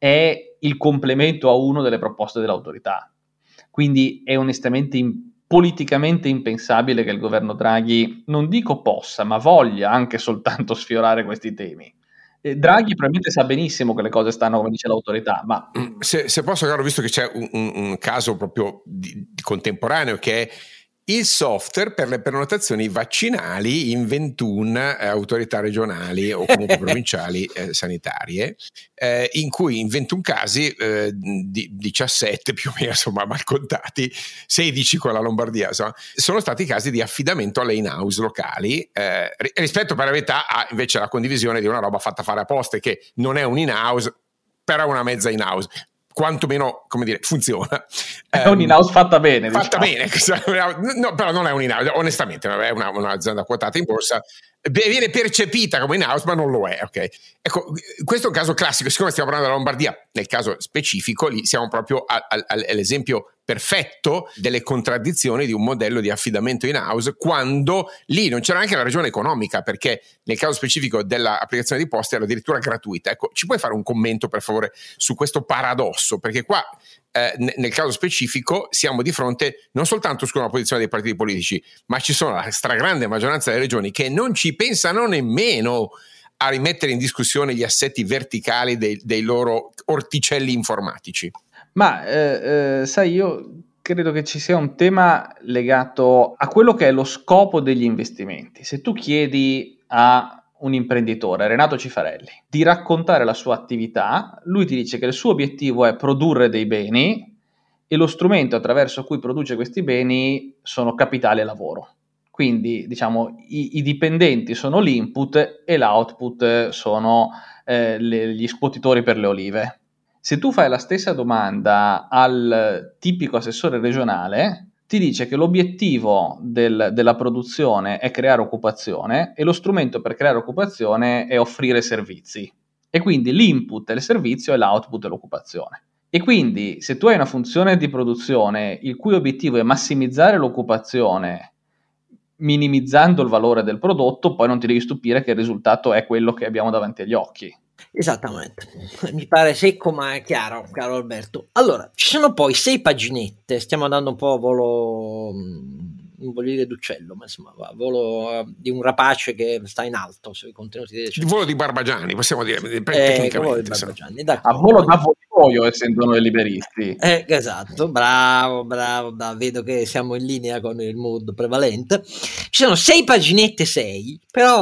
è il complemento a uno delle proposte dell'autorità. Quindi è onestamente in, politicamente impensabile che il governo Draghi, non dico possa, ma voglia anche soltanto sfiorare questi temi. Eh, Draghi probabilmente sa benissimo che le cose stanno come dice l'autorità, ma... Se, se posso, Carlo, visto che c'è un, un, un caso proprio di, di contemporaneo, che è il software per le prenotazioni vaccinali in ventuno eh, autorità regionali o comunque provinciali eh, sanitarie, eh, in cui in ventuno casi, eh, di, diciassette più o meno, insomma, mal contati, sedici con la Lombardia, insomma, sono stati casi di affidamento alle in-house locali, eh, rispetto per la verità a invece la condivisione di una roba fatta fare apposta, che non è un in-house, però è una mezza in-house. Quantomeno, come dire, funziona. È un in-house fatta bene. Fatta diciamo. bene, no, però non è un in-house, onestamente, è una, un'azienda quotata in borsa, viene percepita come in-house, ma non lo è. Okay? Ecco, questo è un caso classico, siccome stiamo parlando della Lombardia, nel caso specifico, lì siamo proprio a, a, all'esempio perfetto delle contraddizioni di un modello di affidamento in-house, quando lì non c'era neanche la ragione economica, perché nel caso specifico dell'applicazione di poste era addirittura gratuita. Ecco, ci puoi fare un commento per favore su questo paradosso? Perché qua eh, nel caso specifico siamo di fronte non soltanto su una posizione dei partiti politici, ma ci sono la stragrande maggioranza delle regioni che non ci pensano nemmeno a rimettere in discussione gli assetti verticali dei, dei loro orticelli informatici. Ma eh, eh, sai, io credo che ci sia un tema legato a quello che è lo scopo degli investimenti. Se tu chiedi a un imprenditore, Renato Cifarelli, di raccontare la sua attività, lui ti dice che il suo obiettivo è produrre dei beni e lo strumento attraverso cui produce questi beni sono capitale e lavoro. Quindi, diciamo, i, i dipendenti sono l'input e l'output sono eh, le, gli scuotitori per le olive. Se tu fai la stessa domanda al tipico assessore regionale, ti dice che l'obiettivo del, della produzione è creare occupazione e lo strumento per creare occupazione è offrire servizi. E quindi l'input è il servizio e l'output è l'occupazione. E quindi se tu hai una funzione di produzione il cui obiettivo è massimizzare l'occupazione minimizzando il valore del prodotto, poi non ti devi stupire che il risultato è quello che abbiamo davanti agli occhi. Esattamente, mi pare secco ma è chiaro, caro Alberto. Allora, ci sono poi sei paginette, stiamo andando un po' a volo, non voglio dire d'uccello, ma insomma a volo uh, di un rapace che sta in alto sui contenuti dei il volo di Barbagianni, possiamo dire, eh, tecnicamente. Barbagianni, a volo da avvoltoio, essendo noi liberisti. Eh, esatto, bravo, bravo, bravo, vedo che siamo in linea con il mood prevalente. Ci sono sei paginette, sei, però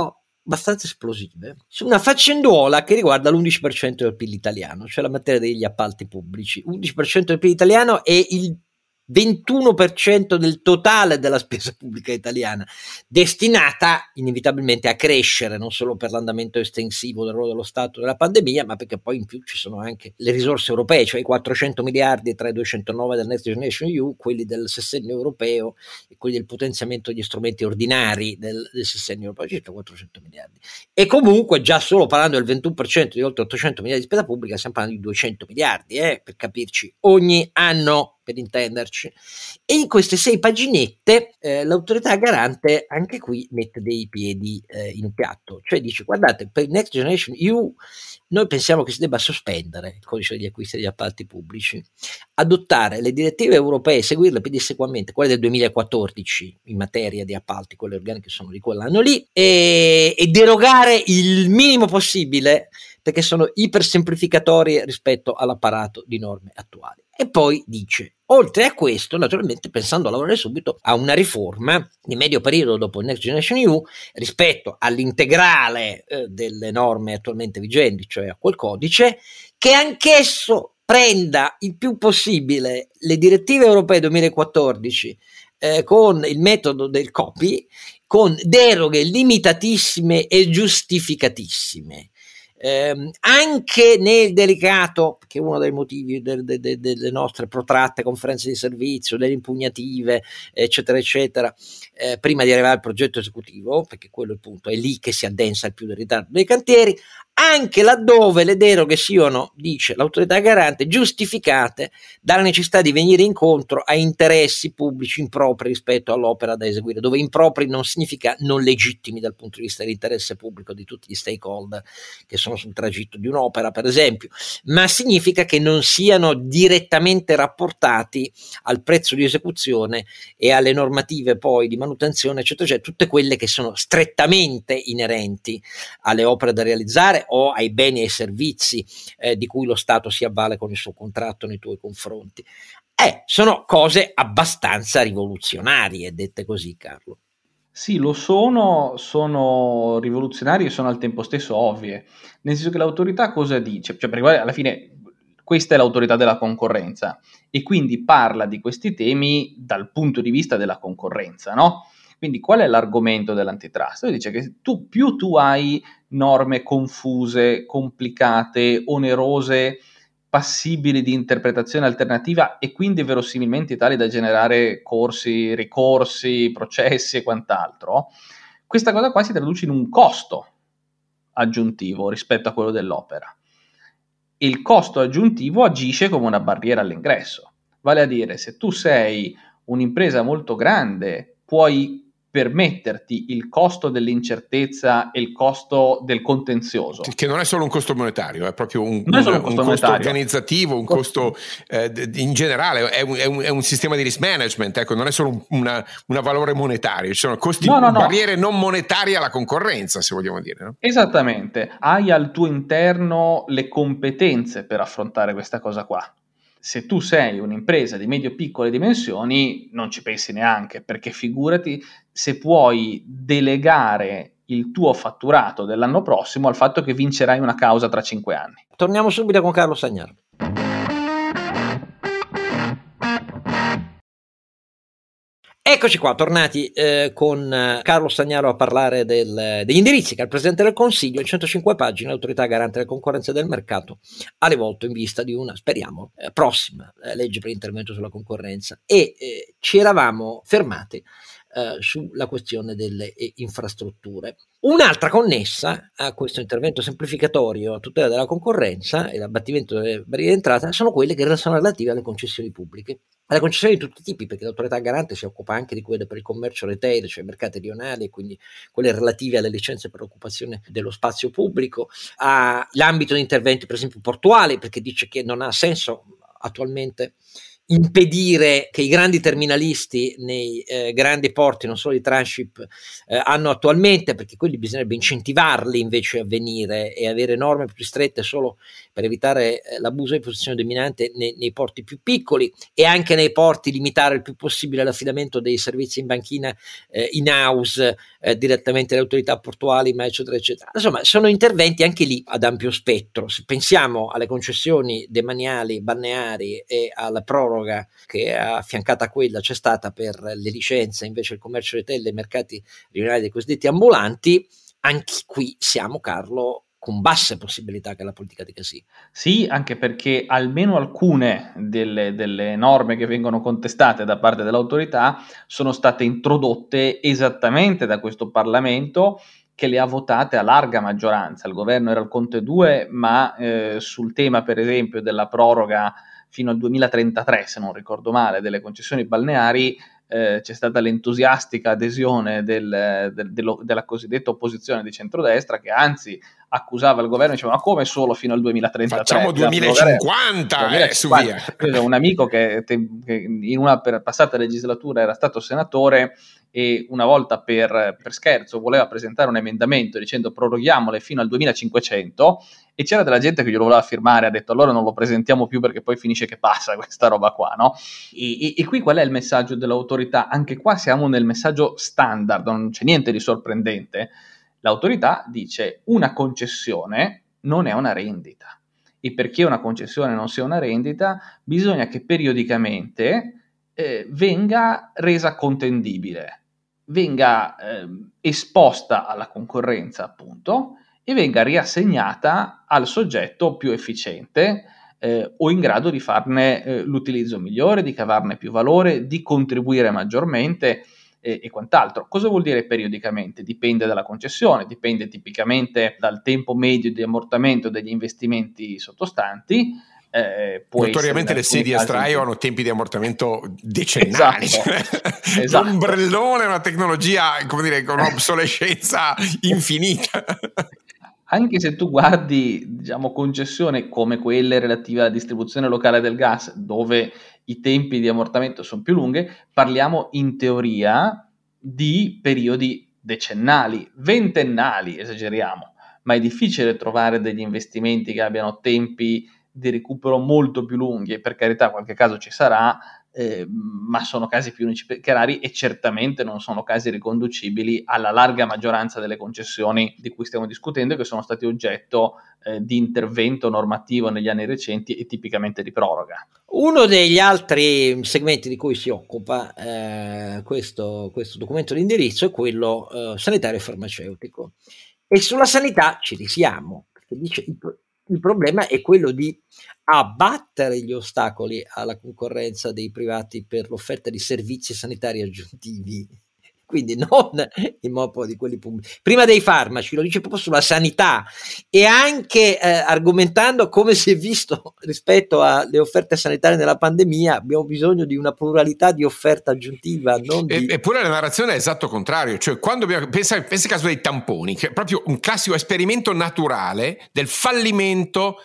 abbastanza esplosive su una faccenduola che riguarda l'undici per cento del P I L italiano, cioè la materia degli appalti pubblici. undici per cento del P I L italiano è il ventuno per cento del totale della spesa pubblica italiana, destinata inevitabilmente a crescere, non solo per l'andamento estensivo del ruolo dello Stato della pandemia, ma perché poi in più ci sono anche le risorse europee, cioè i quattrocento miliardi tra i duecentonove del Next Generation E U, quelli del sessennio europeo e quelli del potenziamento degli strumenti ordinari del, del sessennio europeo, circa quattrocento miliardi. E comunque già solo parlando del ventuno per cento di oltre ottocento miliardi di spesa pubblica stiamo parlando di duecento miliardi, eh, per capirci, ogni anno, per intenderci. E in queste sei paginette eh, l'autorità garante anche qui mette dei piedi eh, in un piatto, cioè dice: guardate, per il Next Generation E U noi pensiamo che si debba sospendere il codice degli acquisti degli appalti pubblici, adottare le direttive europee, seguirle pedissequamente, quelle del duemilaquattordici in materia di appalti, quelle organiche sono di quell'anno lì, e, e derogare il minimo possibile perché sono ipersemplificatorie rispetto all'apparato di norme attuali. E poi dice: oltre a questo, naturalmente pensando a lavorare subito a una riforma di medio periodo dopo il Next Generation E U rispetto all'integrale eh, delle norme attualmente vigenti, cioè a quel codice, che anch'esso prenda il più possibile le direttive europee duemilaquattordici eh, con il metodo del copy, con deroghe limitatissime e giustificatissime. Eh, anche nel delicato, che è uno dei motivi de, de, de, delle nostre protratte conferenze di servizio, delle impugnative, eccetera, eccetera, eh, prima di arrivare al progetto esecutivo, perché quello è il punto, è lì che si addensa il più del ritardo dei cantieri, anche laddove le deroghe siano, dice l'autorità garante, giustificate dalla necessità di venire incontro a interessi pubblici impropri rispetto all'opera da eseguire, dove impropri non significa non legittimi dal punto di vista dell'interesse pubblico di tutti gli stakeholder che sono sul tragitto di un'opera, per esempio, ma significa che non siano direttamente rapportati al prezzo di esecuzione e alle normative poi di manutenzione, eccetera, cioè tutte quelle che sono strettamente inerenti alle opere da realizzare o ai beni e ai servizi eh, di cui lo Stato si avvale con il suo contratto nei tuoi confronti. Eh, sono cose abbastanza rivoluzionarie, dette così, Carlo. Sì, lo sono, sono rivoluzionarie e sono al tempo stesso ovvie, nel senso che l'autorità cosa dice? Cioè, perché alla fine questa è l'autorità della concorrenza e quindi parla di questi temi dal punto di vista della concorrenza, no? Quindi qual è l'argomento dell'antitrust? Dice che tu, più tu hai norme confuse, complicate, onerose, passibili di interpretazione alternativa e quindi verosimilmente tali da generare corsi, ricorsi, processi e quant'altro, questa cosa qua si traduce in un costo aggiuntivo rispetto a quello dell'opera. E il costo aggiuntivo agisce come una barriera all'ingresso. Vale a dire, se tu sei un'impresa molto grande, puoi permetterti il costo dell'incertezza e il costo del contenzioso. Che non è solo un costo monetario, è proprio un, un, un, un costo organizzativo, un costo eh, in generale, è un, è, un, è un sistema di risk management, ecco, non è solo un una, una valore monetario, ci sono costi, no, no, no. barriere non monetarie alla concorrenza, se vogliamo dire. No? Esattamente, hai al tuo interno le competenze per affrontare questa cosa qua. Se tu sei un'impresa di medio-piccole dimensioni, non ci pensi neanche, perché figurati se puoi delegare il tuo fatturato dell'anno prossimo al fatto che vincerai una causa tra cinque anni. Torniamo subito con Carlo Stagnaro. Eccoci qua, tornati eh, con Carlo Stagnaro a parlare del, degli indirizzi che al Presidente del Consiglio, in centocinque pagine, l'autorità garante della concorrenza e del mercato ha rivolto in vista di una, speriamo, eh, prossima eh, legge per l'intervento sulla concorrenza. E eh, ci eravamo fermati eh, sulla questione delle eh, infrastrutture. Un'altra connessa a questo intervento semplificatorio a tutela della concorrenza e l'abbattimento delle barriere di entrata sono quelle che sono relative alle concessioni pubbliche. Alle concessioni di tutti i tipi, perché l'autorità garante si occupa anche di quelle per il commercio retail, cioè i mercati rionali, e quindi quelle relative alle licenze per l'occupazione dello spazio pubblico, all'ambito di interventi per esempio portuali, perché dice che non ha senso attualmente impedire che i grandi terminalisti nei eh, grandi porti, non solo i transship, eh, hanno attualmente, perché quelli bisognerebbe incentivarli invece a venire e avere norme più strette solo per evitare eh, l'abuso di posizione dominante nei, nei porti più piccoli, e anche nei porti limitare il più possibile l'affidamento dei servizi in banchina eh, in house eh, direttamente alle autorità portuali, ma eccetera eccetera. Insomma, sono interventi anche lì ad ampio spettro. Se pensiamo alle concessioni demaniali, balneari e alla proroga che affiancata a quella c'è stata per le licenze, invece il commercio retail e i mercati regionali dei cosiddetti ambulanti, anche qui siamo, Carlo, con basse possibilità che la politica dica sì. Sì, anche perché almeno alcune delle, delle norme che vengono contestate da parte dell'autorità sono state introdotte esattamente da questo Parlamento, che le ha votate a larga maggioranza. Il governo era il Conte due, ma eh, sul tema, per esempio, della proroga fino al duemilatrentatré, se non ricordo male, delle concessioni balneari, eh, c'è stata l'entusiastica adesione del, del, dello, della cosiddetta opposizione di centrodestra, che anzi accusava il governo, diceva: ma come solo fino al duemilatrentatré? Facciamo duemilacinquanta, eh, su via. Io ho un amico che, che in una passata legislatura era stato senatore e una volta per, per scherzo voleva presentare un emendamento dicendo proroghiamole fino al duemilacinquecento, e c'era della gente che glielo voleva firmare, ha detto allora non lo presentiamo più perché poi finisce che passa questa roba qua, no? E, e, e qui qual è il messaggio dell'autorità? Anche qua siamo nel messaggio standard, non c'è niente di sorprendente. L'autorità dice: una concessione non è una rendita, e perché una concessione non sia una rendita bisogna che periodicamente eh, venga resa contendibile, venga eh, esposta alla concorrenza, appunto, e venga riassegnata al soggetto più efficiente eh, o in grado di farne eh, l'utilizzo migliore, di cavarne più valore, di contribuire maggiormente e, e quant'altro. Cosa vuol dire periodicamente? Dipende dalla concessione, dipende tipicamente dal tempo medio di ammortamento degli investimenti sottostanti. Eh, Notoriamente le sedie Straio hanno tempi di ammortamento decennali. Esatto, esatto. L'ombrellone è una tecnologia, come dire, con un'obsolescenza infinita. Anche se tu guardi, diciamo, concessioni come quelle relative alla distribuzione locale del gas, dove i tempi di ammortamento sono più lunghi, parliamo in teoria di periodi decennali, ventennali, esageriamo, ma è difficile trovare degli investimenti che abbiano tempi di recupero molto più lunghi, e per carità qualche caso ci sarà, eh, ma sono casi più unici che rari, e certamente non sono casi riconducibili alla larga maggioranza delle concessioni di cui stiamo discutendo, che sono stati oggetto eh, di intervento normativo negli anni recenti e tipicamente di proroga. Uno degli altri segmenti di cui si occupa eh, questo, questo documento di indirizzo è quello eh, sanitario e farmaceutico, e sulla sanità ci risiamo, perché dice il, il problema è quello di abbattere gli ostacoli alla concorrenza dei privati per l'offerta di servizi sanitari aggiuntivi, quindi non il mopo di quelli pubblici, prima dei farmaci, lo dice proprio sulla sanità, e anche eh, argomentando come si è visto rispetto alle offerte sanitarie nella pandemia, abbiamo bisogno di una pluralità di offerta aggiuntiva, non di... Eppure la narrazione è esatto contrario, cioè quando abbiamo, pensa, pensa al caso dei tamponi, che è proprio un classico esperimento naturale del fallimento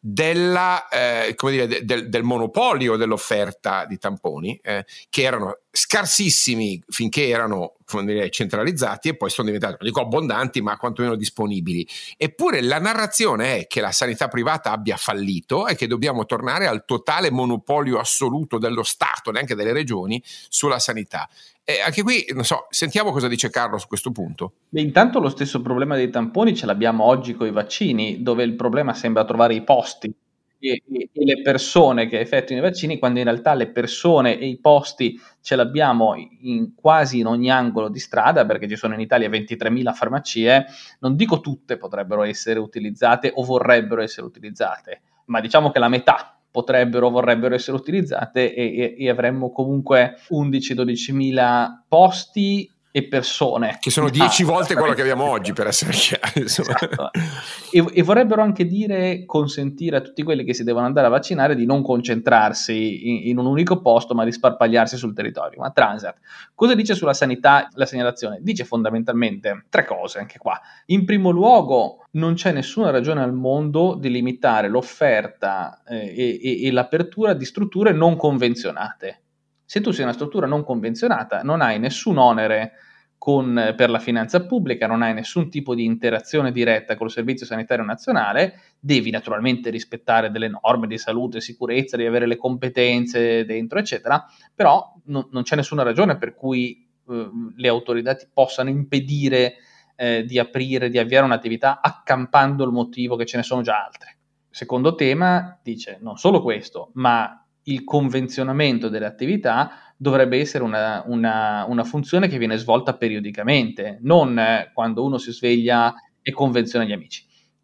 della, eh, come dire, del, del monopolio dell'offerta di tamponi, eh, che erano scarsissimi finché erano, come dire, centralizzati, e poi sono diventati, non dico abbondanti, ma quantomeno disponibili. Eppure la narrazione è che la sanità privata abbia fallito e che dobbiamo tornare al totale monopolio assoluto dello Stato, neanche delle regioni, sulla sanità. E anche qui, non so, sentiamo cosa dice Carlo su questo punto. Beh, intanto lo stesso problema dei tamponi ce l'abbiamo oggi con i vaccini, dove il problema sembra trovare i posti e, e, e le persone che effettuano i vaccini, quando in realtà le persone e i posti ce l'abbiamo in quasi in ogni angolo di strada, perché ci sono in Italia ventitremila farmacie. Non dico tutte potrebbero essere utilizzate o vorrebbero essere utilizzate, ma diciamo che la metà potrebbero o vorrebbero essere utilizzate, e, e, e avremmo comunque undici dodicimila posti e persone. Che sono dieci ah, volte quello che abbiamo oggi, per essere chiari. Esatto. E, e vorrebbero anche dire consentire a tutti quelli che si devono andare a vaccinare di non concentrarsi in, in un unico posto, ma di sparpagliarsi sul territorio. Ma Transat, cosa dice sulla sanità la segnalazione? Dice fondamentalmente tre cose anche qua. In primo luogo, non c'è nessuna ragione al mondo di limitare l'offerta eh, e, e, e l'apertura di strutture non convenzionate. Se tu sei una struttura non convenzionata, non hai nessun onere con, per la finanza pubblica, non hai nessun tipo di interazione diretta col Servizio Sanitario Nazionale, devi naturalmente rispettare delle norme di salute e sicurezza, devi avere le competenze dentro, eccetera, però no, non c'è nessuna ragione per cui eh, le autorità ti possano impedire eh, di aprire, di avviare un'attività accampando il motivo che ce ne sono già altre. Secondo tema dice non solo questo, ma il convenzionamento delle attività dovrebbe essere una, una, una funzione che viene svolta periodicamente, non eh, quando uno si sveglia e convenziona gli amici.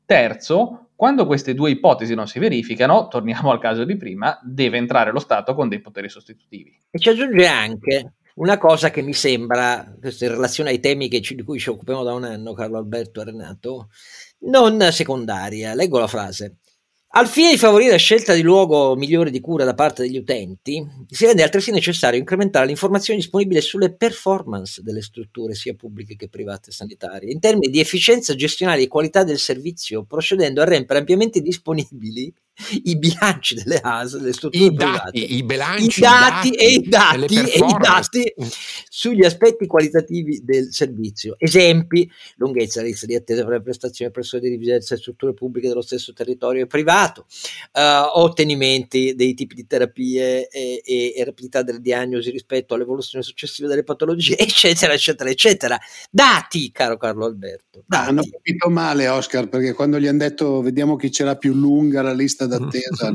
Terzo, quando queste due ipotesi non si verificano, torniamo al caso di prima, deve entrare lo Stato con dei poteri sostitutivi. E ci aggiunge anche una cosa che mi sembra, questo in relazione ai temi che ci, di cui ci occupiamo da un anno, Carlo Alberto e Renato, non secondaria. Leggo la frase. Al fine di favorire la scelta di luogo migliore di cura da parte degli utenti, si rende altresì necessario incrementare l'informazione disponibile sulle performance delle strutture sia pubbliche che private sanitarie, in termini di efficienza gestionale e qualità del servizio, procedendo a rendere ampiamente disponibili i bilanci delle A S L, delle strutture I private, dati, i bilanci, i dati, i dati e i dati, e e i dati sugli aspetti qualitativi del servizio. Esempi: lunghezza della lista di attesa per le prestazioni presso le dirigenze e strutture pubbliche dello stesso territorio e privato, uh, ottenimenti dei tipi di terapie e, e, e rapidità delle diagnosi rispetto all'evoluzione successiva delle patologie, eccetera, eccetera, eccetera. Dati, caro Carlo Alberto. Dati. Ah, hanno capito male, Oscar, perché quando gli hanno detto vediamo chi ce l'ha più lunga la lista d'attesa.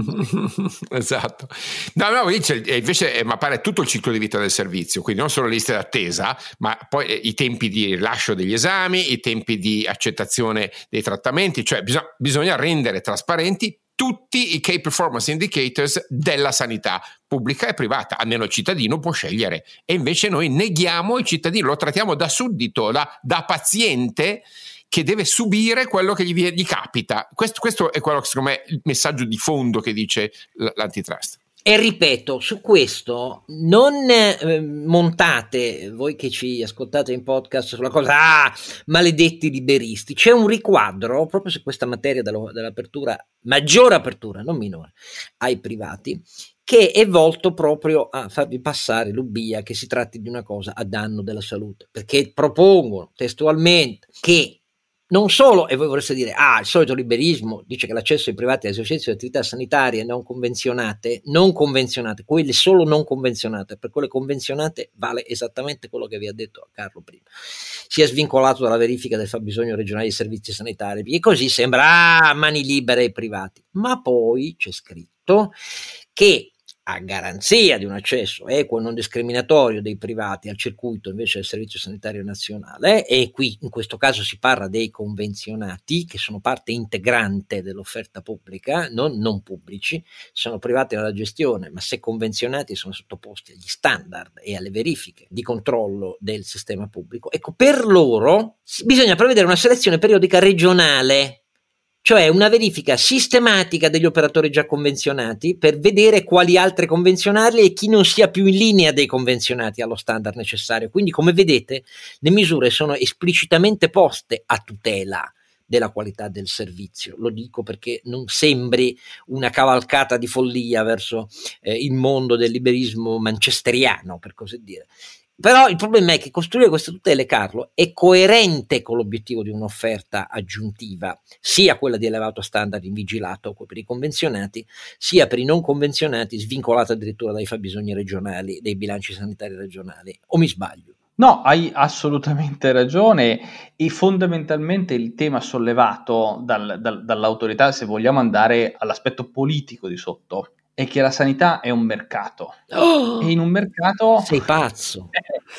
Esatto. No, no, invece ma pare tutto il ciclo di vita del servizio, quindi non solo le liste d'attesa, ma poi eh, i tempi di rilascio degli esami, i tempi di accettazione dei trattamenti, cioè bisog- bisogna rendere trasparenti tutti i key performance indicators della sanità pubblica e privata, almeno il cittadino può scegliere, e invece noi neghiamo il cittadino, lo trattiamo da suddito, da, da paziente che deve subire quello che gli, gli capita. Questo, questo è quello che secondo me è il messaggio di fondo che dice l'antitrust. E ripeto, su questo non eh, montate, voi che ci ascoltate in podcast, sulla cosa, ah, maledetti liberisti. C'è un riquadro proprio su questa materia dello, dell'apertura, maggiore apertura, non minore, ai privati, che è volto proprio a farvi passare l'ubbia che si tratti di una cosa a danno della salute, perché propongono testualmente che non solo, e voi vorreste dire, ah, il solito liberismo dice che l'accesso ai privati all'esercizio di attività sanitarie non convenzionate, non convenzionate, quelle solo non convenzionate, per quelle convenzionate vale esattamente quello che vi ha detto Carlo prima, sia svincolato dalla verifica del fabbisogno regionale di servizi sanitari, e così sembra, ah, mani libere ai privati, ma poi c'è scritto che a garanzia di un accesso equo e non discriminatorio dei privati al circuito invece del Servizio Sanitario Nazionale, e qui in questo caso si parla dei convenzionati che sono parte integrante dell'offerta pubblica, non, non pubblici, sono privati nella gestione, ma se convenzionati sono sottoposti agli standard e alle verifiche di controllo del sistema pubblico. Ecco, per loro bisogna prevedere una selezione periodica regionale, cioè una verifica sistematica degli operatori già convenzionati per vedere quali altri convenzionarli e chi non sia più in linea dei convenzionati allo standard necessario. Quindi, come vedete, le misure sono esplicitamente poste a tutela della qualità del servizio. Lo dico perché non sembri una cavalcata di follia verso eh, il mondo del liberismo manchesteriano, per così dire. Però il problema è che costruire queste tutele, Carlo, è coerente con l'obiettivo di un'offerta aggiuntiva, sia quella di elevato standard invigilato per i convenzionati, sia per i non convenzionati, svincolata addirittura dai fabbisogni regionali, dei bilanci sanitari regionali. O mi sbaglio? No, hai assolutamente ragione, e fondamentalmente il tema sollevato dal, dal, dall'autorità, se vogliamo andare all'aspetto politico di sotto, è che la sanità è un mercato. Oh, e in un mercato... Sei pazzo!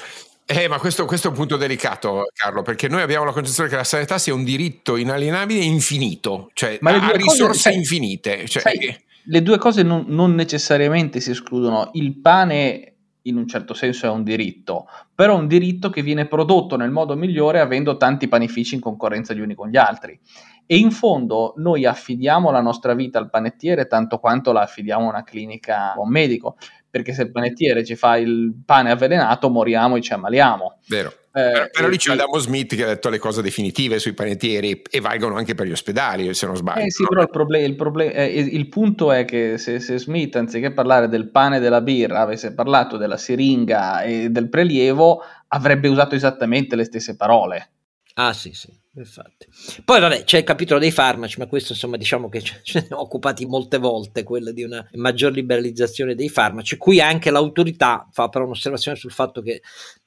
Eh, ma questo, questo è un punto delicato, Carlo, perché noi abbiamo la concezione che la sanità sia un diritto inalienabile e infinito, cioè ma ha risorse cose, sai, infinite. Cioè, sai, le due cose non, non necessariamente si escludono. Il pane in un certo senso è un diritto, però un diritto che viene prodotto nel modo migliore avendo tanti panifici in concorrenza gli uni con gli altri. E in fondo noi affidiamo la nostra vita al panettiere tanto quanto la affidiamo a una clinica o a un medico, perché se il panettiere ci fa il pane avvelenato moriamo e ci ammaliamo. Vero. Eh, però però lì c'è e, Adamo Smith che ha detto le cose definitive sui panettieri e valgono anche per gli ospedali, se non sbaglio. Eh sì, però il, problem- il, problem- eh, il punto è che se, se Smith, anziché parlare del pane e della birra, avesse parlato della siringa e del prelievo, avrebbe usato esattamente le stesse parole. Ah sì, sì, infatti. Poi vabbè, c'è il capitolo dei farmaci, ma questo insomma diciamo che ce ne siamo occupati molte volte, quella di una maggior liberalizzazione dei farmaci. Qui anche l'autorità fa però un'osservazione sul fatto che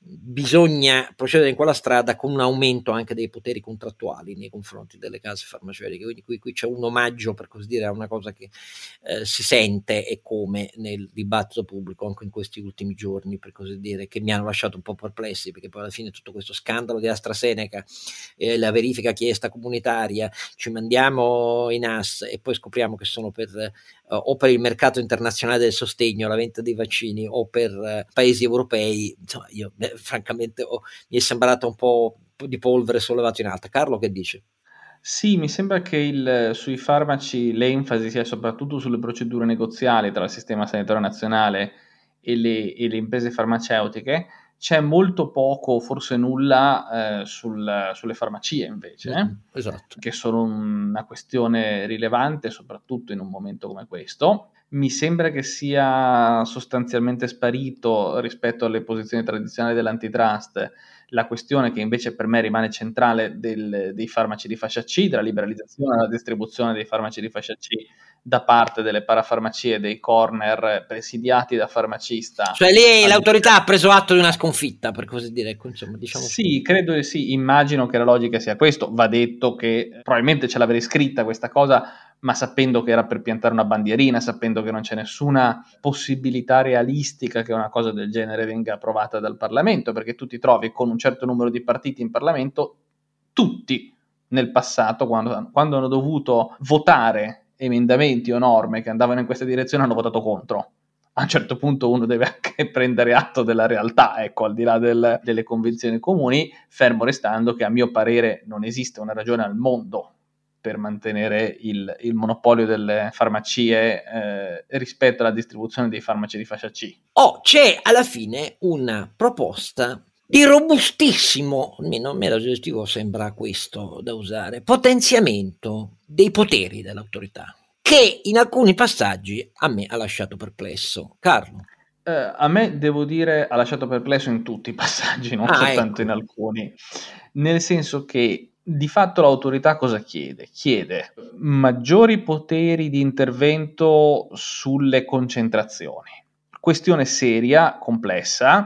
bisogna procedere in quella strada con un aumento anche dei poteri contrattuali nei confronti delle case farmaceutiche, quindi qui, qui c'è un omaggio, per così dire, a una cosa che eh, si sente e come nel dibattito pubblico anche in questi ultimi giorni, per così dire, che mi hanno lasciato un po' perplessi, perché poi alla fine tutto questo scandalo di AstraZeneca, eh, la verifica chiesta comunitaria, ci mandiamo in A S e poi scopriamo che sono per eh, o per il mercato internazionale del sostegno alla vendita dei vaccini o per eh, paesi europei, insomma io beh, francamente oh, mi è sembrata un po' di polvere sollevato in alto. Carlo, che dice? Sì, mi sembra che il, sui farmaci l'enfasi sia soprattutto sulle procedure negoziali tra il sistema sanitario nazionale e le, e le imprese farmaceutiche. C'è molto poco, forse nulla, eh, sul, sulle farmacie invece, Mm-hmm, esatto. che sono una questione rilevante soprattutto in un momento come questo. Mi sembra che sia sostanzialmente sparito rispetto alle posizioni tradizionali dell'antitrust la questione che invece per me rimane centrale del, dei farmaci di fascia C, della liberalizzazione e della distribuzione dei farmaci di fascia C da parte delle parafarmacie, dei corner presidiati da farmacista. Cioè lì l'autorità ha preso atto di una sconfitta, per così dire, insomma, diciamo. Sì, credo di sì, immagino che la logica sia questo. Va detto che probabilmente ce l'avrei scritta questa cosa, ma sapendo che era per piantare una bandierina, sapendo che non c'è nessuna possibilità realistica che una cosa del genere venga approvata dal Parlamento, perché tu ti trovi con un certo numero di partiti in Parlamento, tutti nel passato, quando, quando hanno dovuto votare emendamenti o norme che andavano in questa direzione, hanno votato contro. A un certo punto uno deve anche prendere atto della realtà, ecco, al di là del, delle convenzioni comuni, fermo restando che a mio parere non esiste una ragione al mondo per mantenere il, il monopolio delle farmacie eh, rispetto alla distribuzione dei farmaci di fascia C. Oh, c'è alla fine una proposta di robustissimo, almeno a me l'aggettivo sembra questo da usare, potenziamento dei poteri dell'autorità, che in alcuni passaggi a me ha lasciato perplesso. Carlo? Eh, a me, devo dire, ha lasciato perplesso in tutti i passaggi, non ah, soltanto ecco. in alcuni, nel senso che di fatto l'autorità cosa chiede? Chiede maggiori poteri di intervento sulle concentrazioni. Questione seria, complessa,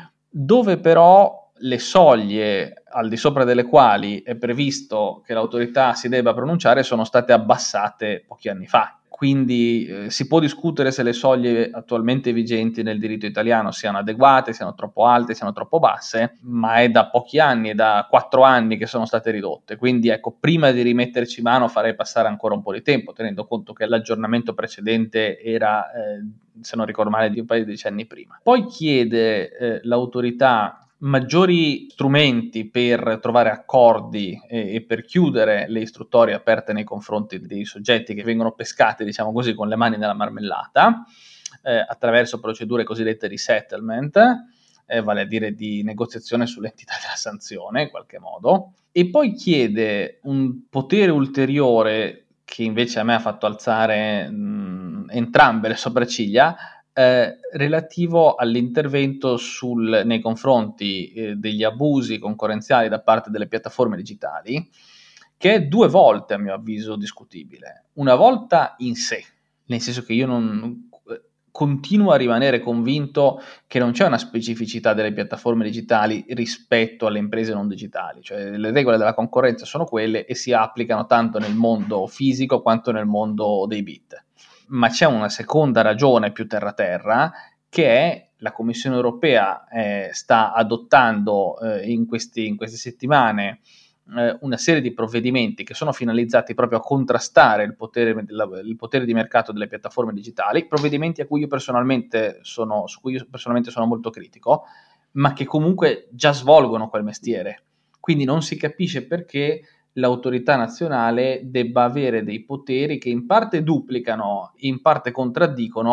dove però le soglie al di sopra delle quali è previsto che l'autorità si debba pronunciare sono state abbassate pochi anni fa. Quindi eh, si può discutere se le soglie attualmente vigenti nel diritto italiano siano adeguate, siano troppo alte, siano troppo basse, ma è da pochi anni, è da quattro anni che sono state ridotte. Quindi ecco, prima di rimetterci mano farei passare ancora un po' di tempo, tenendo conto che l'aggiornamento precedente era, eh, se non ricordo male, di un paio di decenni prima. Poi chiede eh, l'autorità maggiori strumenti per trovare accordi e, e per chiudere le istruttorie aperte nei confronti dei soggetti che vengono pescati, diciamo così, con le mani nella marmellata, eh, attraverso procedure cosiddette di settlement, eh, vale a dire di negoziazione sull'entità della sanzione in qualche modo, e poi chiede un potere ulteriore che invece a me ha fatto alzare mh, entrambe le sopracciglia, Eh, relativo all'intervento sul, nei confronti eh, degli abusi concorrenziali da parte delle piattaforme digitali, che è due volte a mio avviso discutibile. Una volta in sé, nel senso che io non continuo a rimanere convinto che non c'è una specificità delle piattaforme digitali rispetto alle imprese non digitali, cioè le regole della concorrenza sono quelle e si applicano tanto nel mondo fisico quanto nel mondo dei bit. Ma c'è una seconda ragione più terra-terra, che è la Commissione europea eh, sta adottando eh, in, questi, in queste settimane eh, una serie di provvedimenti che sono finalizzati proprio a contrastare il potere, il potere di mercato delle piattaforme digitali, provvedimenti a cui io personalmente sono, su cui io personalmente sono molto critico, ma che comunque già svolgono quel mestiere. Quindi non si capisce perché l'autorità nazionale debba avere dei poteri che in parte duplicano, in parte contraddicono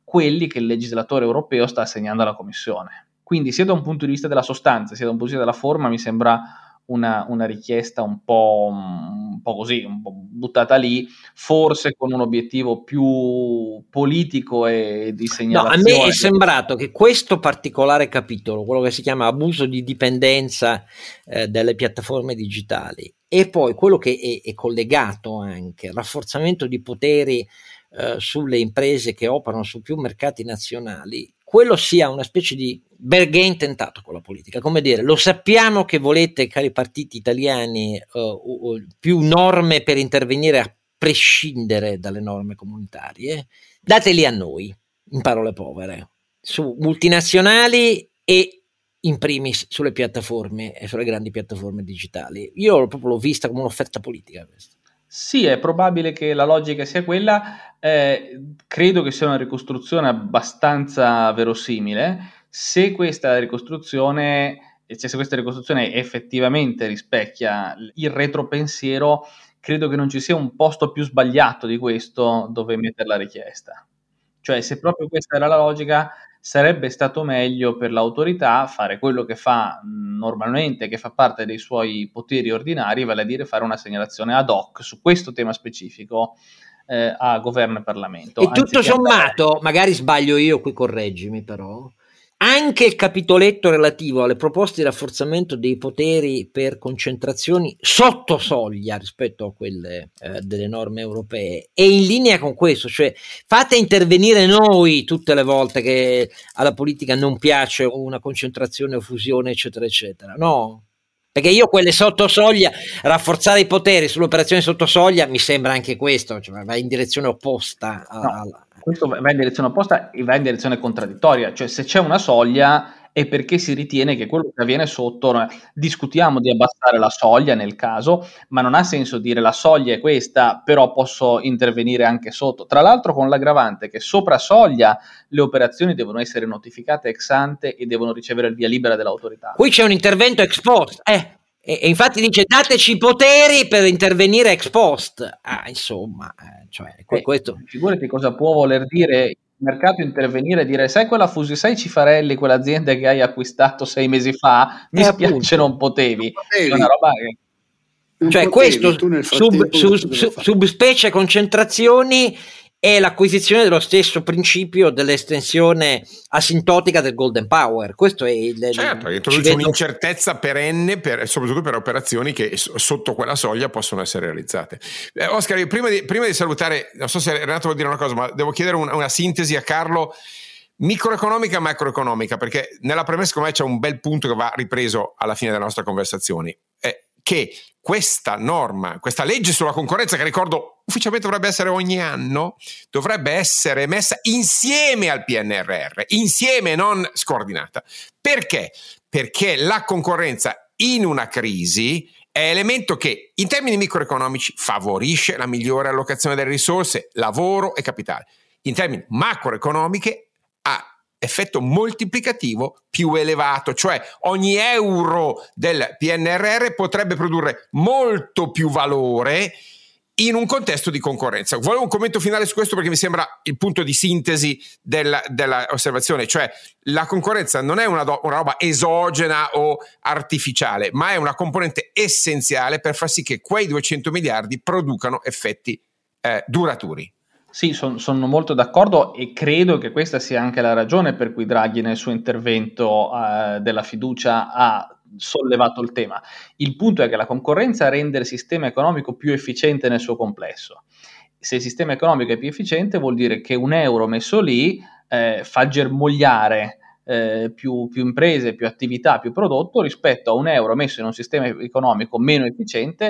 quelli che il legislatore europeo sta assegnando alla Commissione. Quindi sia da un punto di vista della sostanza, sia da un punto di vista della forma, mi sembra una, una richiesta un po', un po' così, un po' buttata lì, forse con un obiettivo più politico e di segnalazione. No, a me è sembrato che questo particolare capitolo, quello che si chiama abuso di dipendenza eh, delle piattaforme digitali, e poi quello che è, è collegato anche, rafforzamento di poteri eh, sulle imprese che operano su più mercati nazionali, quello sia una specie di bargain tentato con la politica, come dire, lo sappiamo che volete, cari partiti italiani, uh, uh, più norme per intervenire a prescindere dalle norme comunitarie, dateli a noi, in parole povere, su multinazionali e in primis sulle piattaforme e sulle grandi piattaforme digitali. Io proprio l'ho vista come un'offerta politica questa. Sì, è probabile che la logica sia quella, eh, credo che sia una ricostruzione abbastanza verosimile. Se questa ricostruzione, cioè se questa ricostruzione effettivamente rispecchia il retropensiero, credo che non ci sia un posto più sbagliato di questo dove mettere la richiesta. Cioè, se proprio questa era la logica, sarebbe stato meglio per l'autorità fare quello che fa normalmente, che fa parte dei suoi poteri ordinari, vale a dire fare una segnalazione ad hoc su questo tema specifico eh, a governo e Parlamento. E tutto sommato, andare... magari sbaglio io, qui correggimi però, anche il capitoletto relativo alle proposte di rafforzamento dei poteri per concentrazioni sotto soglia rispetto a quelle eh, delle norme europee è in linea con questo, cioè fate intervenire noi tutte le volte che alla politica non piace una concentrazione o fusione eccetera eccetera, no? Perché io quelle sotto soglia, rafforzare i poteri sulle operazioni sotto soglia mi sembra anche questo, cioè va in direzione opposta a, no. alla Questo va in direzione opposta e va in direzione contraddittoria, cioè se c'è una soglia è perché si ritiene che quello che avviene sotto, discutiamo di abbassare la soglia nel caso, ma non ha senso dire la soglia è questa, però posso intervenire anche sotto. Tra l'altro con l'aggravante che sopra soglia le operazioni devono essere notificate ex ante e devono ricevere il via libera dell'autorità. Qui c'è un intervento ex post, eh. E, e infatti dice dateci i poteri per intervenire ex post. Ah, insomma, eh, cioè, eh, questo... figurati cosa può voler dire il mercato intervenire e dire sai quella fusi, sai Cifarelli, quell'azienda che hai acquistato sei mesi fa, mi eh, spiace appunto. non potevi. potevi. È una roba che... Non cioè potevi, questo sub, sub, sub, subspecie concentrazioni è l'acquisizione dello stesso principio dell'estensione asintotica del golden power. Questo è il certo, introduce un'incertezza perenne per, soprattutto per operazioni che sotto quella soglia possono essere realizzate. eh, Oscar, io prima di, prima di salutare, non so se Renato vuol dire una cosa, ma devo chiedere una, una sintesi a Carlo microeconomica e macroeconomica, perché nella premessa secondo me c'è un bel punto che va ripreso alla fine della nostra conversazione, eh, che questa norma, questa legge sulla concorrenza, che ricordo ufficialmente dovrebbe essere ogni anno, dovrebbe essere messa insieme al P N R R, insieme, non scordinata. Perché? Perché la concorrenza in una crisi è elemento che in termini microeconomici favorisce la migliore allocazione delle risorse, lavoro e capitale. In termini macroeconomiche ha effetto moltiplicativo più elevato, cioè ogni euro del P N R R potrebbe produrre molto più valore in un contesto di concorrenza. Volevo un commento finale su questo perché mi sembra il punto di sintesi della, della osservazione, cioè la concorrenza non è una, do, una roba esogena o artificiale, ma è una componente essenziale per far sì che quei duecento miliardi producano effetti eh, duraturi. Sì, son, sono molto d'accordo e credo che questa sia anche la ragione per cui Draghi nel suo intervento eh, della fiducia ha sollevato il tema. Il punto è che la concorrenza rende il sistema economico più efficiente nel suo complesso. Se il sistema economico è più efficiente vuol dire che un euro messo lì eh, fa germogliare eh, più, più imprese, più attività, più prodotto rispetto a un euro messo in un sistema economico meno efficiente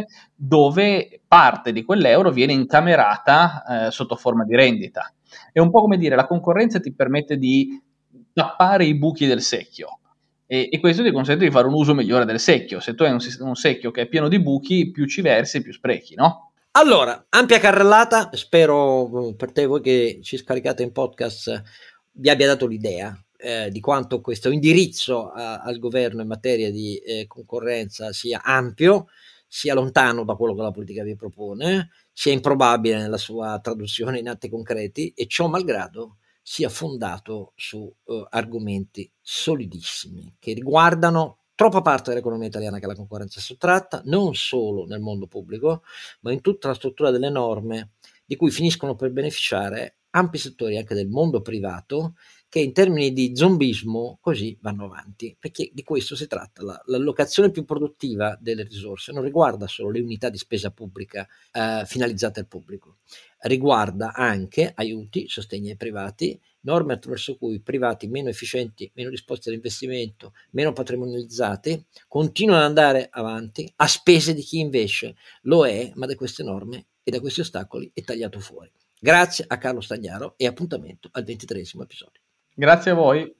dove parte di quell'euro viene incamerata eh, sotto forma di rendita. È un po' come dire la concorrenza ti permette di tappare i buchi del secchio. E, e questo ti consente di fare un uso migliore del secchio. Se tu hai un, un secchio che è pieno di buchi, più ci versi, più sprechi, no? Allora, ampia carrellata, spero per te voi che ci scaricate in podcast vi abbia dato l'idea eh, di quanto questo indirizzo a, al governo in materia di eh, concorrenza sia ampio, sia lontano da quello che la politica vi propone, sia improbabile nella sua traduzione in atti concreti e ciò malgrado sia fondato su uh, argomenti solidissimi che riguardano troppa parte dell'economia italiana che la concorrenza è sottratta, non solo nel mondo pubblico, ma in tutta la struttura delle norme di cui finiscono per beneficiare ampi settori anche del mondo privato, che in termini di zombismo così vanno avanti, perché di questo si tratta. La, l'allocazione più produttiva delle risorse non riguarda solo le unità di spesa pubblica eh, finalizzate al pubblico, riguarda anche aiuti, sostegni ai privati, norme attraverso cui i privati meno efficienti, meno disposti all'investimento, meno patrimonializzati, continuano ad andare avanti a spese di chi invece lo è, ma da queste norme e da questi ostacoli è tagliato fuori. Grazie a Carlo Stagnaro e appuntamento al ventitreesimo episodio. Grazie a voi.